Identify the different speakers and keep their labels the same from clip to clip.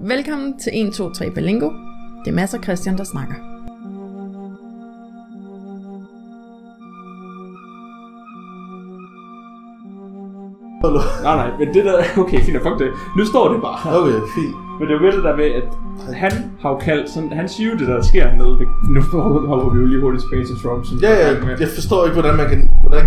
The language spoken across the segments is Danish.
Speaker 1: Velkommen til 1, 2, 3 Balingo. Det er Mads og Christian, der snakker.
Speaker 2: Nej, men det der... Okay, fint, fuck det. Nu står det bare.
Speaker 3: Okay, fint.
Speaker 2: Men det er jo det der med, at han har jo kaldt sådan... Han siger jo det, der sker hernede. Nu hopper vi jo lige hurtigt tilbage til Trump.
Speaker 3: Ja, jeg forstår ikke, hvordan man kan...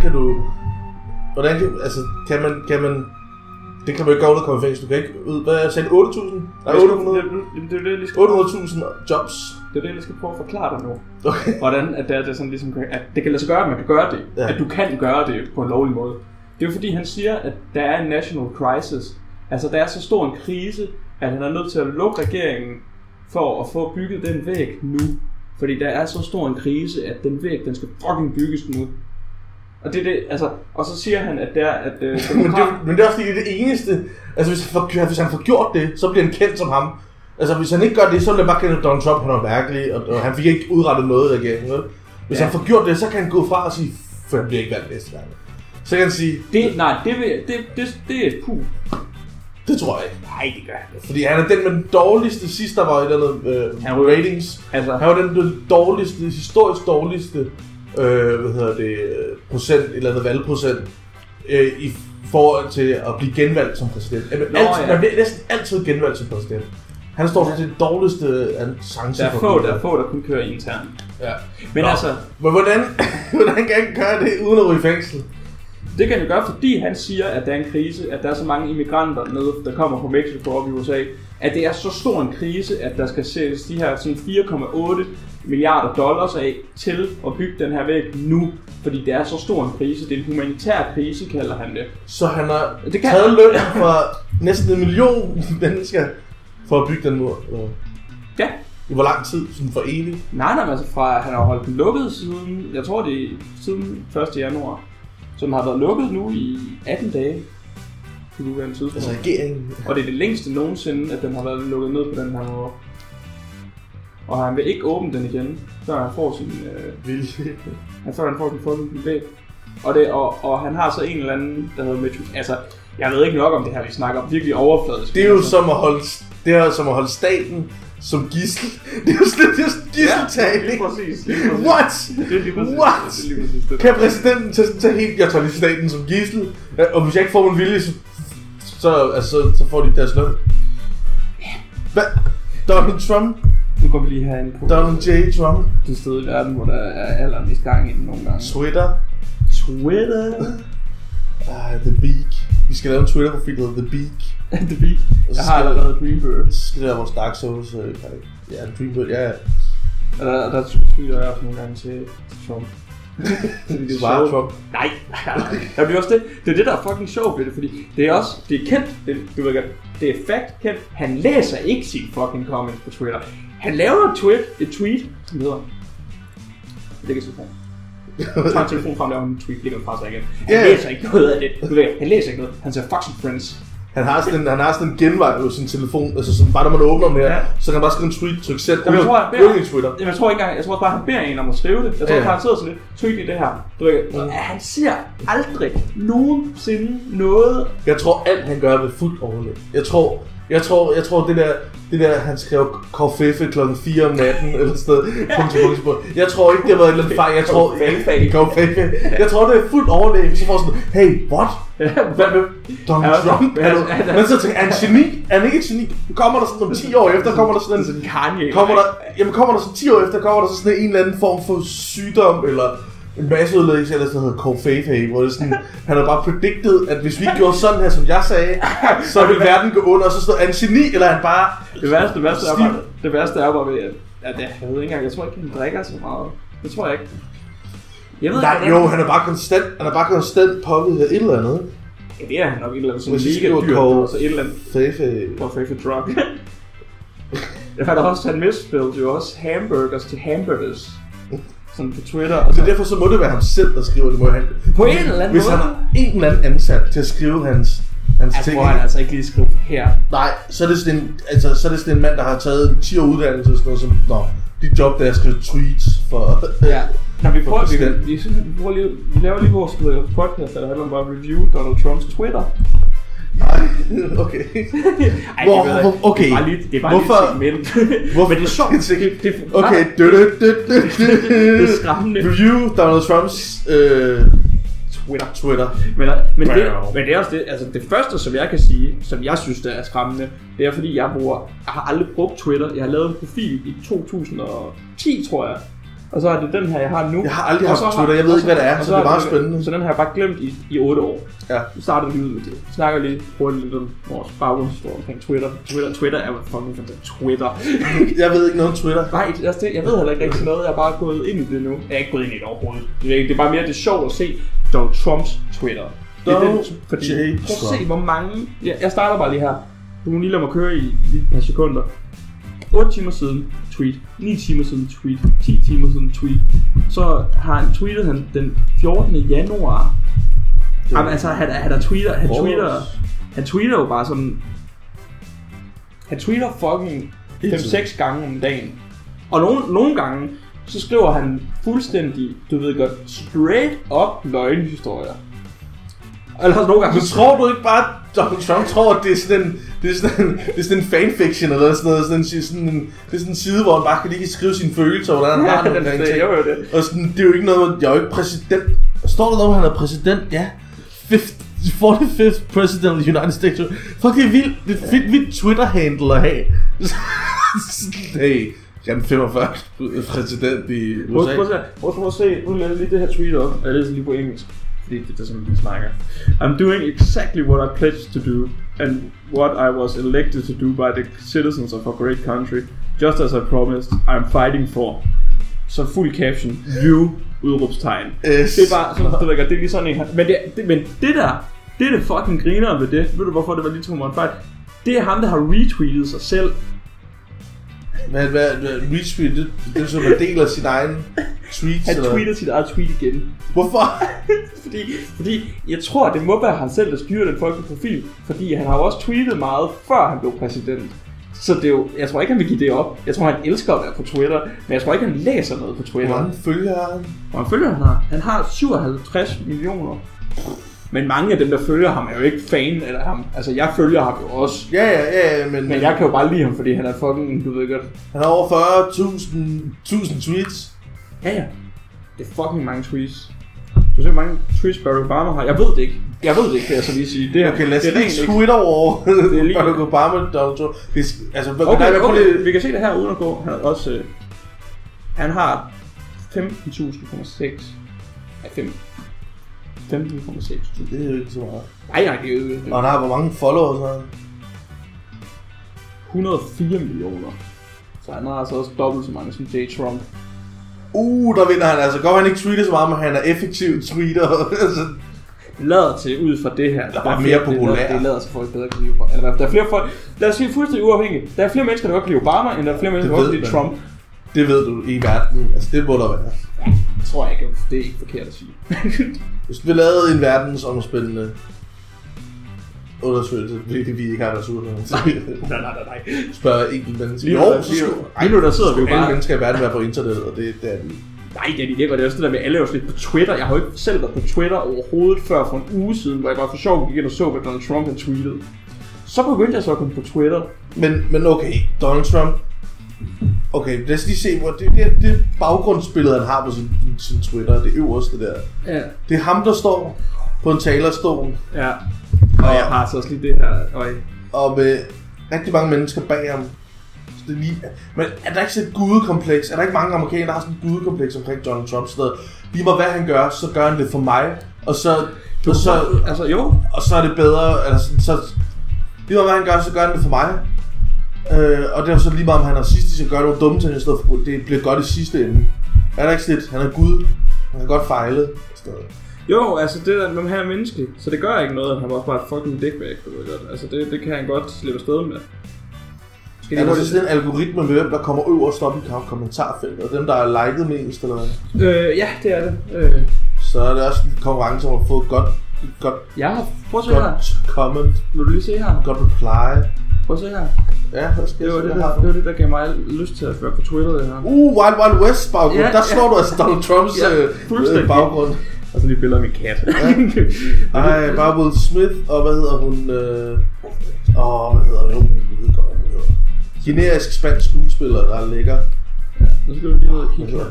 Speaker 3: Altså, kan man... Det kan man ikke gå ud og komme i fængsel. Du kan ikke ud... Hvad er det? 8.000? Nej, 800?
Speaker 2: Det er det, jeg lige skal...
Speaker 3: 800.000 jobs. Det
Speaker 2: er det, jeg skal prøve at forklare dig nu.
Speaker 3: Okay.
Speaker 2: Hvordan at det er sådan ligesom... At det kan lade sig gøre, at man kan gøre det. Ja. At du kan gøre det på en lovlig måde. Det er jo fordi, han siger, at der er en national crisis. Altså, der er så stor en krise, at han er nødt til at lukke regeringen for at få bygget den væg nu. Fordi der er så stor en krise, at den væg, den skal fucking bygges nu. Og det er det, altså, og så siger han, at der at
Speaker 3: men det er også fordi, det er det eneste. Altså, hvis han får gjort det, så bliver han kendt som ham. Altså, hvis han ikke gør det, så vil jeg bare kende Donald Trump, han er mærkelig, og han fik ikke udrettet noget i regeringen. Hvis han får gjort det, så kan han gå fra og sige, for han bliver ikke valgt næste gang. Så kan han sige...
Speaker 2: Det er puh.
Speaker 3: Det tror jeg ikke.
Speaker 2: Nej, det gør han ikke.
Speaker 3: Fordi han er den med den dårligste, sidst der var i den ratings. Altså. Han var den dårligste, historisk dårligste, procent, et eller andet valgprocent, i forhold til at blive genvalgt som præsident. Man bliver næsten altid genvalgt som præsident. Han står til det dårligste chance for.
Speaker 2: Der er få, der kun kører internt.
Speaker 3: Ja.
Speaker 2: Men altså...
Speaker 3: Men hvordan kan han gøre det uden at ryge i fængsel?
Speaker 2: Det kan han jo gøre, fordi han siger, at der er en krise, at der er så mange immigranter nede, der kommer fra Mexico op i USA, at det er så stor en krise, at der skal sættes de her sådan 4,8 milliarder dollars af til at bygge den her væg nu, fordi det er så stor en krise. Det er en humanitær krise, kalder han det.
Speaker 3: Så han har taget løn fra næsten 1 million mennesker for at bygge den mur?
Speaker 2: Ja.
Speaker 3: I hvor lang tid? Sådan for evigt?
Speaker 2: Nej, altså fra han har holdt den lukket siden, jeg tror det er siden 1. januar. Så den har været lukket nu i 18 dage. På nuværende tidspunkt.
Speaker 3: Altså regeringen.
Speaker 2: Og det er det længste nogensinde, at den har været lukket ned på den her måde. Og han vil ikke åbne den igen, før han får sin før han får sin fucking væg. Og han har så en eller anden, der hedder Mitchell. Altså, jeg ved ikke nok om det her, vi snakker om virkelig overfladisk.
Speaker 3: Det er jo som at holde staten som gidsel. Det er jo sådan gisseltagning.
Speaker 2: Ja, præcis.
Speaker 3: What?
Speaker 2: What?
Speaker 3: Kan præsidenten tage helt, jeg tager lige staten som gidsel, og hvis jeg ikke får min vilje, så får de deres løn. Hvad? Donald Trump?
Speaker 2: Nu går vi lige herinde på
Speaker 3: Donald J. Trump.
Speaker 2: Det sted i verden, hvor der er allermest gang i den nogle gange.
Speaker 3: Twitter. The Beak. Vi skal lave en Twitter-profil, der hedder The Beak.
Speaker 2: The Beak. Jeg har allerede Dreambird.
Speaker 3: Så skal det være vores Dark Souls. Ja, Dreambird, ja.
Speaker 2: Og der tweeter jeg også nogle gange til Trump.
Speaker 3: Det var Trump.
Speaker 2: Nej. Det er også det. Det er det, der er fucking sjovt ved det, fordi det er også, det er kendt, det er fact kendt. Han læser ikke sine fucking comments på Twitter. Han laver et tweet, som hedder... Det kan telefonen. Jeg tager telefonen frem, laver en tweet, ligger fra sig igen. Han læser ikke noget af det. Han læser ikke noget. Han siger fuck some friends. Han har
Speaker 3: sådan en genvej på sin telefon, altså sådan, bare når man åbner den her, så kan han bare skrive en tweet, tryk selv.
Speaker 2: Jeg tror ikke engang, jeg tror bare han beder en om at skrive det. Jeg tror bare han sidder sådan lidt, tweet i det her. Han siger aldrig nogensinde noget. Jeg tror alt han gør ved fuldt overlæg. Jeg tror det der han skrev Korfefe klokken 4 om natten eller sådan noget. Jeg tror ikke det har været en eller anden fejl. Jeg tror det er fuldt overlæg. Hvis jeg får sådan, hey, what? Donald Trump? Men så tænker jeg, er han geni? Er han ikke et geni? Kommer der sådan om 10 år efter, kommer der sådan en Kanye.
Speaker 3: Kommer der sådan 10 år efter, kommer der sådan en eller anden form for sygdom eller en masseudlæggelse eller sådan noget Korfefe, hvor det sådan, han havde bare predicted, at hvis vi gjorde sådan her, som jeg sagde, så ville verden gå under, og så stod han geni, eller han bare...
Speaker 2: Det værste er bare ved, at jeg ved ikke engang, jeg tror ikke, han drikker så meget. Det tror jeg ikke.
Speaker 3: Han er bare konstant påvirket af et eller andet.
Speaker 2: Ja, det er han nok et eller andet sådan mega dyrt, og så et eller andet Korfefe drug. Jeg fandt også, han misspillede jo også hamburgers til hamburgers. Sådan på Twitter. Og
Speaker 3: så derfor så må det være ham selv, der skriver det.
Speaker 2: På en eller anden
Speaker 3: hvis
Speaker 2: måde.
Speaker 3: Han har en eller anden ansat til at skrive hans ting.
Speaker 2: Må han altså ikke lige skrive her.
Speaker 3: Nej, så er det sådan en mand, der har taget 10 år uddannelse og sådan noget som, dit job der er at skrive tweets for...
Speaker 2: Ja. Når vi laver lige vores podcast, der handler om bare review Donald Trumps Twitter.
Speaker 3: Nej. Okay.
Speaker 2: Ej,
Speaker 3: okay.
Speaker 2: Det er bare lidt segment.
Speaker 3: Hvorfor?
Speaker 2: Men det er sjovt.
Speaker 3: Okay.
Speaker 2: Det er skræmmende.
Speaker 3: Review Donald Trumps Twitter.
Speaker 2: Men det er også det, altså det første, som jeg kan sige, som jeg synes, der er skræmmende, det er fordi, jeg har aldrig brugt Twitter. Jeg har lavet en profil i 2010, tror jeg. Og så er det den her, jeg har nu.
Speaker 3: Jeg har aldrig haft Twitter, jeg ved ikke, hvad det er, så det er meget spændende.
Speaker 2: Så den har jeg bare glemt i 8 år.
Speaker 3: Ja.
Speaker 2: Vi startede lige ud med det. Vi snakker lige hurtigt lidt om vores baggrundshistorie omkring Twitter. Twitter er jo fucking fantastisk. Twitter.
Speaker 3: Jeg ved ikke noget om Twitter.
Speaker 2: Nej, jeg ved heller ikke rigtig noget. Jeg er bare gået ind i det nu. Jeg er ikke gået ind i det overhovedet. Det er bare mere, det er sjovt at se Donald Trumps Twitter. Fordi, prøv at se, hvor mange... Jeg starter bare lige her. Du må lige lade mig køre i et par sekunder. 8 timer siden tweet, 9 timer siden tweet, 10 timer siden tweet. Så har han tweetet den 14. januar. Jamen, altså han tweeter jo bare sådan. Han tweeter fucking 5-6 gange om dagen. Og nogle gange så skriver han fuldstændig, du ved godt, straight up løgnhistorier. Eller nogle gange.
Speaker 3: Men tror du ikke bare, at Donald Trump tror, at det er sådan en fanfiction eller sådan noget, det er sådan en side, hvor han bare kan lige skrive sine følelser, hvordan han har nogle gange ting. Og sådan, det er jo ikke noget, jeg er jo ikke præsident. Står der noget, han er præsident? Ja. 45th president of the United States. Fuck, det er vildt. Det er vildt Twitter-handle at have. Hey, jeg er den 45. præsident i USA.
Speaker 2: Prøv at se, nu lader jeg lige det her tweet op. Jeg læser lige på engelsk. Fordi det er sådan, vi snakker. I'm doing exactly what I pledged to do, and what I was elected to do by the citizens of a great country, just as I promised, I'm fighting for. Så fuld caption, you, udråbstegn. Det er bare sådan, det er lige sådan en. Men det der, det er det fucking griner ved det. Ved du hvorfor det var lige 2 måneder fejl? Det er ham, der har retweetet sig selv.
Speaker 3: Hvad retweet? Det er som man deler sin egen tweets.
Speaker 2: Han tweeter sit eget tweet igen.
Speaker 3: Hvorfor?
Speaker 2: fordi jeg tror, det må være han selv, der styrer den folkelige profil. Fordi han har jo også tweetet meget, før han blev præsident. Så det er jo, jeg tror ikke, han vil give det op. Jeg tror, han elsker at være på Twitter. Men jeg tror ikke, han læser noget på Twitter.
Speaker 3: Hvor mange følgere har han?
Speaker 2: Hvor mange følgere han har? Han har 57 millioner. Men mange af dem, der følger ham, er jo ikke fan af ham. Altså, jeg følger ham jo også.
Speaker 3: Ja, men
Speaker 2: jeg kan jo bare lide ham, fordi han er fucking, du ved godt.
Speaker 3: Han har over 40.000 tweets.
Speaker 2: Ja. Det er fucking mange tweets. Du ser, hvor mange tweets Barack Obama har. Jeg ved det ikke, kan jeg så lige sige. Det er,
Speaker 3: okay, lad os lige Twitter over Barack Obama, Donald Trump.
Speaker 2: Okay, vi kan se det her uden at gå. Han har også... han har 15.600. Ja, 15,6.
Speaker 3: Det er jo ikke så meget.
Speaker 2: Nej, det er jo ikke.
Speaker 3: Og han har hvor mange followers har han?
Speaker 2: 104 millioner. Så han har altså også dobbelt så mange som J. Trump.
Speaker 3: Der vinder han altså. Godt han ikke tweeter så meget, men han er effektiv tweeter.
Speaker 2: Det lader til ud fra det her.
Speaker 3: Der er mere populær.
Speaker 2: Det lader til folk bedre kan lide Obama. Eller der er flere folk. Lad os sige fuldstændig uafhængigt. Der er flere mennesker, der godt kan lide Obama, end der er flere mennesker, der godt kan lide Trump.
Speaker 3: Det ved du i verden. Altså det må der være.
Speaker 2: Ja, det tror jeg ikke. Det er ikke forkert at sige.
Speaker 3: Hvis vi lavede en verdensomspændende undersøgelse, hvilket vi ikke har ressourcer.
Speaker 2: Nej.
Speaker 3: Spørger enkelt mennesker.
Speaker 2: Lige nu der sidder vi jo bare...
Speaker 3: Alle mennesker i verden er på internettet, og det er vi.
Speaker 2: Nej, det er de ikke, og det er også det der med, alle er jo lidt på Twitter. Jeg har jo ikke selv været på Twitter overhovedet før for en uge siden, hvor jeg bare for sjov gik ind og så, hvad Donald Trump havde tweetet. Så begyndte jeg så at komme på Twitter.
Speaker 3: Men okay, Donald Trump. Okay, lad os lige se, hvor det baggrundsbillede, han har på sin Twitter, det øverste der. Ja. Det er ham, der står på en talerstol.
Speaker 2: Ja. Og jeg har så også lige det her.
Speaker 3: Og med rigtig mange mennesker bag ham. Det er lige, men er der ikke sådan et gudekompleks? Er der ikke mange amerikanere, der har sådan et gudekompleks omkring Donald Trump? Lige meget hvad han gør, så gør han det for mig. Og så er det bedre. Eller så lige meget hvad han gør, så gør han det for mig. Og det er så lige meget om han er racistisk og gør nogle dumme ting i stedet for, det bliver godt i sidste ende. Er der ikke sådan lidt? Han er Gud. Han kan godt fejle.
Speaker 2: Jo, altså det der, han er menneskelig. Så det gør ikke noget, han var også bare et fucking dickbag. Altså det kan han godt slippe afsted med.
Speaker 3: Er der sådan en algoritme med hvem der kommer øverst op i kommentarfeltet? Og dem der er liket mest eller hvad?
Speaker 2: Ja, det er det.
Speaker 3: Så er det også en konkurrence om at få et godt
Speaker 2: ja, prøv at se her.
Speaker 3: Comment.
Speaker 2: Vil du lige se her?
Speaker 3: Godt reply.
Speaker 2: Prøv at se her.
Speaker 3: Ja, hvad skal
Speaker 2: det var det, der gav mig lyst til at være på Twitter, det her.
Speaker 3: Wild Wild West baggrund. Ja, der slår du altså Donald Trumps baggrund.
Speaker 2: Og så lige billeder af min kat.
Speaker 3: Ej, Barbara Smith, og hvad hedder hun? hvad hedder det? Jeg ved godt, hvad det hedder. Generisk spansk skuespiller, der er lækker.
Speaker 2: Ja, nu skal vi lige ned og kigge her.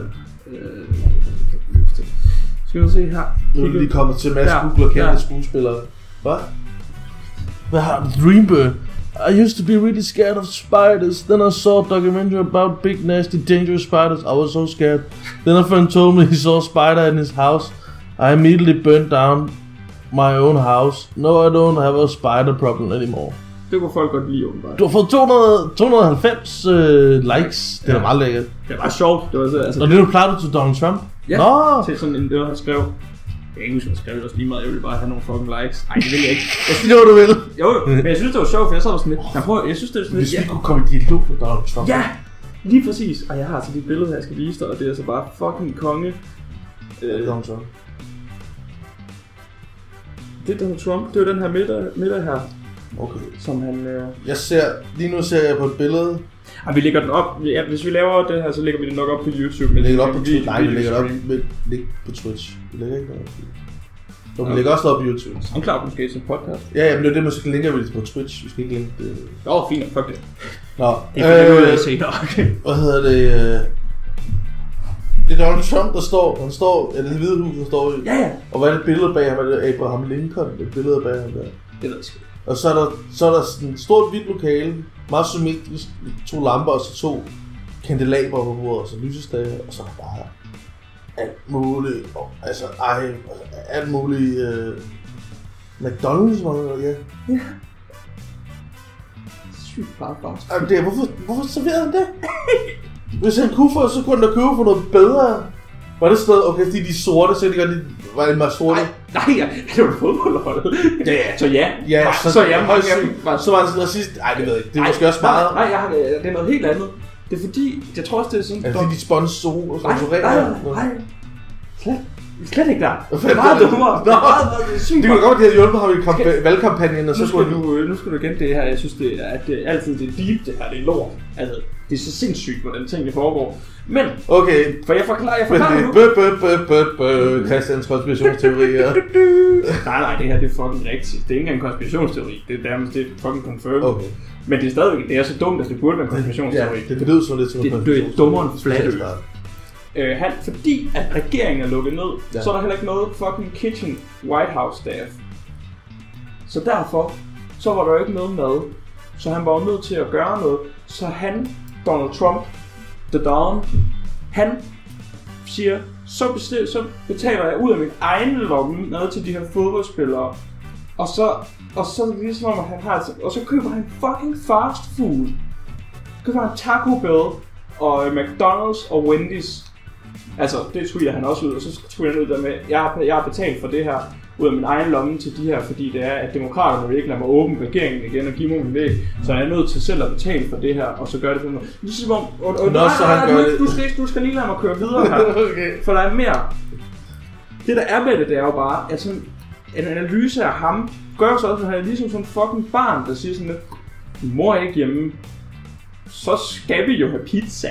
Speaker 2: Skal vi se her.
Speaker 3: Nu er de kommet til Mads Google og kendte skuespillere. Hvad har du? Dreambird. I used to be really scared of spiders. Then I saw a documentary about big, nasty, dangerous spiders. I was so scared. Then a friend told me he saw a spider in his house. I immediately burned down my own house. No, I don't have a spider problem anymore.
Speaker 2: Det kunne folk godt lide, åbenbart.
Speaker 3: Du har fået 290 likes. Det er meget lækkert.
Speaker 2: Det var sjovt. Det var så, altså,
Speaker 3: og det du plejede til Donald Trump?
Speaker 2: Ja, til sådan en, det han skrev. Jeg kan ikke huske, at han skrev det også lige meget. Jeg ville bare have nogle fucking likes. Ej, det vil jeg ikke. Jeg synes,
Speaker 3: det var du vil.
Speaker 2: Jo, men jeg synes, det var sjovt, for jeg sad sådan lidt. Jeg synes, det er sådan lidt.
Speaker 3: Hvis vi kunne komme i dialog med Donald Trump.
Speaker 2: Ja, lige præcis. Og jeg har altså dit billede her, jeg skal vise dig. Og det er altså bare fucking konge.
Speaker 3: Donald Trump.
Speaker 2: Det er Donald Trump. Det er jo den her middag her.
Speaker 3: Okay.
Speaker 2: Som han...
Speaker 3: Lige nu ser jeg på et billede.
Speaker 2: Vi lægger den op. Ja, hvis vi laver det her, så lægger vi det nok op på YouTube.
Speaker 3: Vi lægger det op på Twitch. Nej, vi lægger det op på Twitch. Vi lægger ikke noget op. Vi lægger også op på YouTube.
Speaker 2: SoundCloud måske til podcast.
Speaker 3: Ja, men det er det, man skal linke på Twitch. Vi skal ikke linke det.
Speaker 2: Fint. Fuck det.
Speaker 3: Nå.
Speaker 2: Det er noget at se nok.
Speaker 3: Hvad hedder det? Det er Donald Trump, der står. Han står. Er det Hvide Hus, der står i?
Speaker 2: Ja.
Speaker 3: Og hvad er det billede bag ham? Er det Abraham Lincoln? Det billede bag ham der.
Speaker 2: Det ved jeg sgu.
Speaker 3: Og så er der sådan et stort hvidt lokale, meget symmetrisk, 2 lamper og så 2 kandelaber på bordet, og så lysestager, og så er der bare alt muligt, alt muligt, McDonald's, ja.
Speaker 2: Sygt bare.
Speaker 3: Hvorfor serverede han det? Hvis han kunne få, så kunne han da købe for noget bedre. Var det sådan okay, fordi de er sorte, så det gør de var lidt meget sorte?
Speaker 2: Nej, det var fodboldholdet.
Speaker 3: Ja.
Speaker 2: Så ja. Så
Speaker 3: var han sådan racist. Nej, det ved jeg ikke. Det er måske også meget.
Speaker 2: Nej, det er noget helt andet. Det er fordi, jeg tror også, det er sådan...
Speaker 3: Er det fordi, de sponsorerer?
Speaker 2: Nej. Slet ikke der. Det er meget dummere. Det
Speaker 3: kunne da godt, at de havde hjulpet ham i valgkampagnen, og så skulle
Speaker 2: nu skal du igen det her. Jeg synes, det er altid det er deep, det her. Det er lort. Altså, det er så sindssygt, hvordan tingene foregår. Men,
Speaker 3: okay.
Speaker 2: For jeg forklarer
Speaker 3: nu. Christians konspirationsteorier.
Speaker 2: Nej, det her det er fucking rigtigt. Det er ikke engang en konspirationsteori. Det er nærmest det fucking confirmed.
Speaker 3: Okay.
Speaker 2: Men det er stadigvæk, det er så dumt, at det burde være en konspirationsteori.
Speaker 3: Ja, det lyder sådan lidt som en konspirationsteori.
Speaker 2: Det er dummere end flat fordi at regeringen er lukket ned, så er der heller ikke noget fucking kitchen White House staff. Så derfor, så var der jo ikke noget mad. Så han var jo nødt til at gøre noget. Så han, Donald Trump, The Don, han siger, så betaler jeg ud af min egen lomme ned til de her fodboldspillere. Og så ligesom om han har, og så køber han fucking fast food. Køber han Taco Bell og McDonald's og Wendy's. Altså, det tweeter han også ud, og så tweeter han ud der med, jeg har betalt for det her ud af min egen lomme til de her, fordi det er, at demokraterne vil ikke lade mig åbne regeringen igen og give mig en væg, så jeg er nødt til selv at betale for det her, og så gør det for noget. Ligesom om, du skal lige lade mig køre videre her, okay. For der er mere. Det der er med det, det er jo bare, at sådan en analyse af ham, gør så også, at han er ligesom sådan en fucking barn, der siger sådan lidt, mor er ikke hjemme, så skal vi jo have pizza.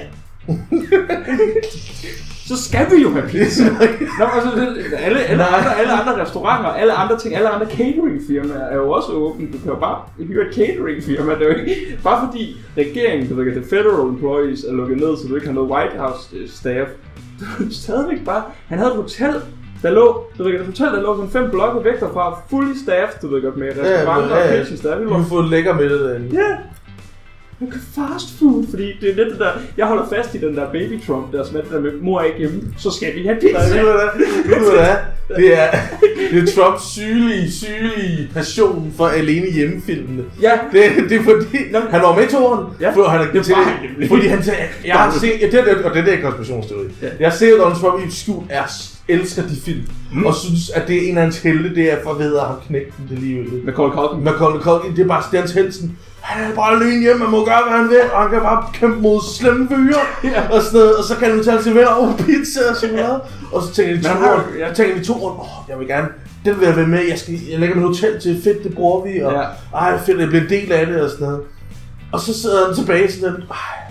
Speaker 2: Så skal vi jo have pizza. Nå, altså, alle andre restauranter, alle andre ting, alle andre cateringfirmaer er jo også åbne. Du kan jo bare hyre et cateringfirma. Det er jo ikke bare fordi regeringen, du ved, the federal employees er lukket ned, så du ikke har noget White House staff. Du stadigvæk bare. Han havde et hotel, der lå, du ved, et hotel, der lå sådan 5 blokke væk derfra, fully staffed, du ved godt, med restauranter og kitchen staff.
Speaker 3: Du kan få lækker med det derinde.
Speaker 2: Ja. Man kan fast food, fordi det er lidt det der, jeg holder fast i den der baby Trump, der smager det der med, mor er ikke hjemme, så skal vi have pizza.
Speaker 3: Nej, ved du hvad? Det er Trumps sygelige passion for alene hjemmefilmene.
Speaker 2: Ja.
Speaker 3: Det er fordi, han var med i toren, fordi han sagde, jeg har set, og det er konspirationsteori. Ja. Jeg har set, at Donald Trump i et skjult elsker de film, og synes, at det er en af hans helte, det er for ved at have knægt det livet. Macaulay Culkin, det er bare hans helsen. Han er bare alene hjemme, man må gøre, hvad han vil, og han kan bare kæmpe mod slemme fyre, og sådan noget, og så kan han udtale sig venner over pizza og sådan noget. Og så tænker de to år, jeg vil gerne, den vil jeg være med, jeg lægger mit hotel til, fedt, det bruger vi, og fedt, jeg bliver en del af det, og sådan noget. Og så sidder han tilbage sådan,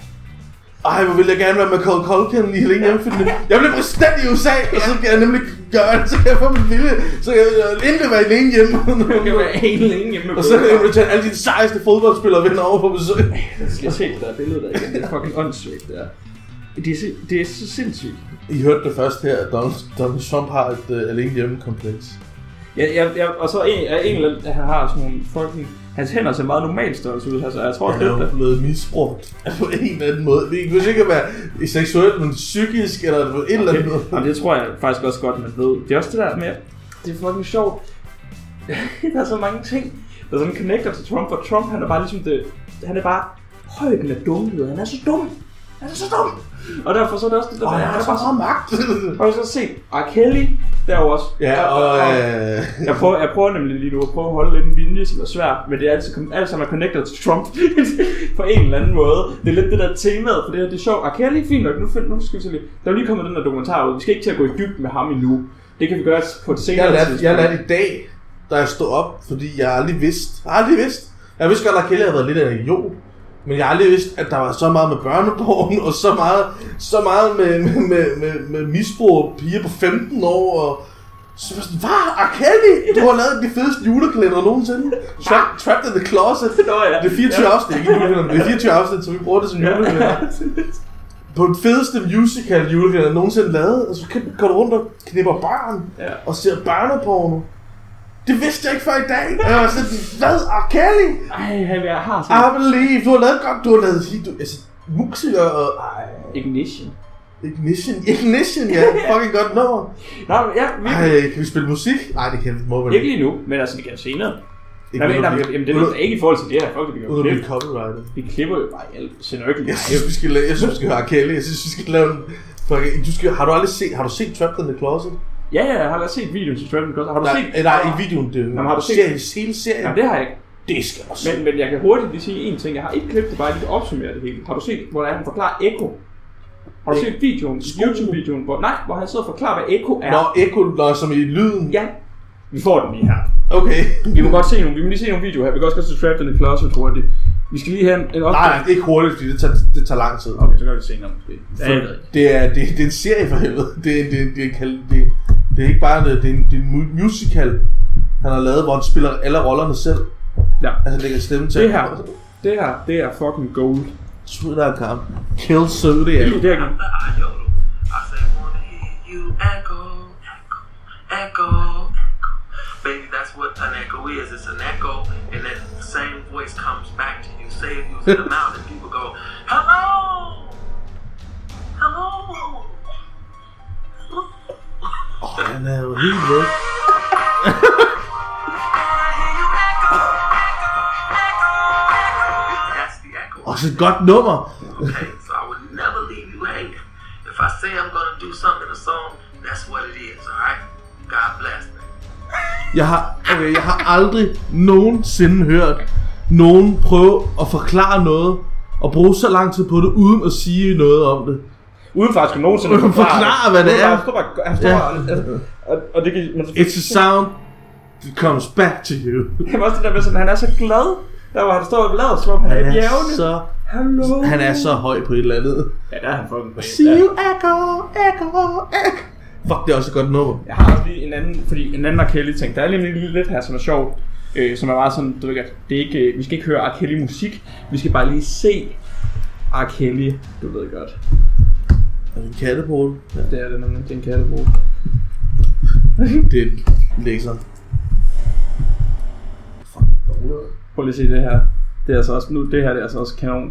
Speaker 3: hvor vil jeg gerne være med Macaulay Culkin i alene hjemme, jeg blev præsident i USA, og så bliver jeg nemlig gøre det, så kan jeg få min vilje. Så kan jeg endelig være alene hjemme.
Speaker 2: Du kan være alene hjemme.
Speaker 3: Og så kan jeg invitere alle de sejeste fodboldspillere vender over på besøg.
Speaker 2: Jeg skal se det der billede der igen. Det er fucking åndssvagt, det er. Det er så sindssygt.
Speaker 3: I hørte det først her, at Donald Trump har et alene hjemme-kompleks.
Speaker 2: Ja, og så en eller anden, han har sådan nogle fucking... Hans hænder ser meget normalt størrelse ud, altså jeg tror også
Speaker 3: det er jo blevet misbrugt på en eller anden måde. Det kan ikke være seksuelt, men psykisk eller på en eller anden måde.
Speaker 2: Og det tror jeg faktisk også godt, man ved. Det er også det der med, det er fucking sjovt. Der er så mange ting, der sådan connecter til Trump, for Trump han er bare ligesom det... Han er bare højden af dumhed. Han er så dum. Han er så dum. Og derfor så er det også det der,
Speaker 3: han har så meget magt.
Speaker 2: Og jeg så set R. Kelly der også.
Speaker 3: Ja, og
Speaker 2: jeg prøver nemlig lige nu at prøve at holde lidt en linje, som er svært, men det er altid alt sammen er connected til Trump på en eller anden måde. Det er lidt det der temaet, for det er sjovt. R. Kelly, fint nok, nu skal vi se lidt. Der er lige kommet den der dokumentar ud. Vi skal ikke til at gå i dybden med ham endnu. Det kan vi gøre på et senere tidspunkt.
Speaker 3: Jeg lærte i dag, da jeg stod op, fordi jeg aldrig vidste. Jeg vidste godt, at R. Kelly havde været lidt af en idiot. Men jeg har aldrig vidst, at der var så meget med børneporn, og så meget med misbrug af piger på 15 år, og så var sådan, hvad? R. Kelly? Du har lavet de fedeste julekalender nogensinde. Trapped in the Closet. Det er 24 afsnit, ikke julekalender, det er 24 afsnit, så vi bruger det som julekalender. På den fedeste musical julekalender nogensinde lavet, og så går du rundt og knipper børn, og ser børneporno. Det vidste jeg ikke før i dag. Jeg var sådan, hvad? R. Kelly?
Speaker 2: Jeg har sådan...
Speaker 3: I believe. Du har lavet godt. Du har lavet musiker og...
Speaker 2: Ignition,
Speaker 3: ja. Fucking godt nummer.
Speaker 2: Nå, ja,
Speaker 3: kan vi spille musik? Nej, det kan vi ikke.
Speaker 2: Ikke lige nu, men altså, det kan senere. Jamen, det er ikke i forhold til det her. Folk, vi
Speaker 3: uden at blive copyrighted.
Speaker 2: Vi klipper jo bare alt.
Speaker 3: Jeg synes, vi skal høre R. Kelly. Jeg synes, vi skal lave en... Har du set Trapped in the Closet?
Speaker 2: Ja, jeg har da set videoen til Trapped in the Closet. Har du set?
Speaker 3: Nej, i videoen.
Speaker 2: Jamen, har du set
Speaker 3: hele serien?
Speaker 2: Nej, det har jeg ikke.
Speaker 3: Det skal også.
Speaker 2: Men jeg kan hurtigt lige sige en ting. Jeg har ikke klippet det, bare lige opsummere det hele. Har du set, hvordan han forklarer Echo? Har du set videoen, YouTube-videoen, hvor han sidder og forklarer, hvad Echo er?
Speaker 3: Echo, som i lyden?
Speaker 2: Ja. Vi får den lige her.
Speaker 3: Okay.
Speaker 2: Vi må lige se nogle videoer her. Vi kan også godt se Trapped in the Closet hurtigt. Vi skal lige have en opgave.
Speaker 3: Nej, ikke hurtigt, fordi det tager lang tid.
Speaker 2: Okay, så gør vi det senere måske.
Speaker 3: Det er en serie for helvede. Det er ikke bare det er en musical, han har lavet, hvor han spiller alle rollerne selv.
Speaker 2: Ja.
Speaker 3: Han lægger stemme til.
Speaker 2: Det er fucking gold.
Speaker 3: Sweet out, come. Kill Zodiac.
Speaker 2: Det er
Speaker 4: Baby, that's what an echo is. It's an echo, and that same voice comes back to you. Say if you was in the mountain, people go, hello, hello.
Speaker 3: Han er jo helt væk.
Speaker 4: That's the echo.
Speaker 3: Også et godt nummer.
Speaker 4: Okay, so I would never leave you hanging. If I say I'm gonna do something in a song, that's what it is, alright? God bless me.
Speaker 3: Jeg har aldrig nogensinde hørt nogen prøve at forklare noget og bruge så lang tid på det, uden at sige noget om det.
Speaker 2: Uden faktisk nogensinde
Speaker 3: forklare, hvad det er.
Speaker 2: Og det kan...
Speaker 3: It's a sound that comes back to you.
Speaker 2: Det var også det der med sådan, han er så glad. Der var han står og lader, som om han er bjergene.
Speaker 3: Han er så høj på et eller andet.
Speaker 2: Ja, der er han fucking på et.
Speaker 3: See you echo. Fuck, det er også et godt nummer.
Speaker 2: Jeg har også lige en anden, fordi en anden R. Kelly ting. Der er lige lidt her, som er sjovt. Som er meget sådan, du ved godt, det er ikke, vi skal ikke høre R. Kelly musik. Vi skal bare lige se R. Kelly, du ved godt.
Speaker 3: Er det en kattepole?
Speaker 2: Ja. Det er det nemlig, det er en kattepole.
Speaker 3: Det er en læser. Fuck, dårligt.
Speaker 2: Prøv lige at se det her. Det er altså også, nu det her det er altså også kanon.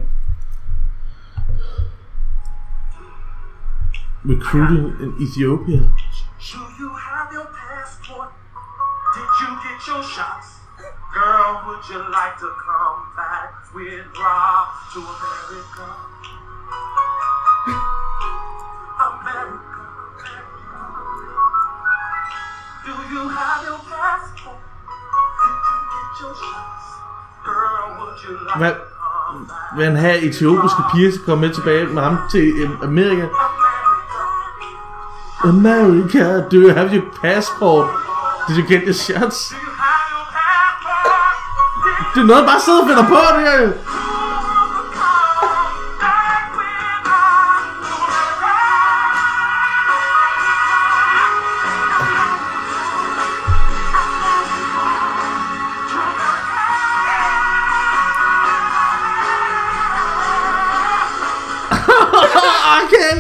Speaker 3: Recruiting in Ethiopia.
Speaker 4: Do you have your passport? Did you get your shots? Girl, would you like to come back with Rob to America? America. Do you have your passport? Did you get your shots? Girl, would you like to come back?
Speaker 3: Vil han have etiopiske piger til at komme med tilbage med ham til Amerika? America, do you have your passport? Did you get your shots? Det er noget, bare sidder og finder på det her jo.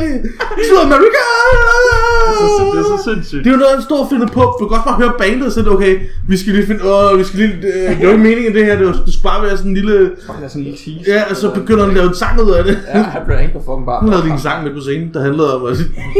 Speaker 3: Kelly! To America!
Speaker 2: Det er så sindssygt.
Speaker 3: Det er jo noget, en stor finde på. Du kan også bare høre bandet og sige, okay, vi skal lige finde, det er jo ikke meningen det her, det skulle bare være sådan en lille... Ja, og så begynder han at lave en sang ud af det.
Speaker 2: Ja, han bliver ikke på fucking bare.
Speaker 3: Han lavede en sang med på scenen, der handlede om,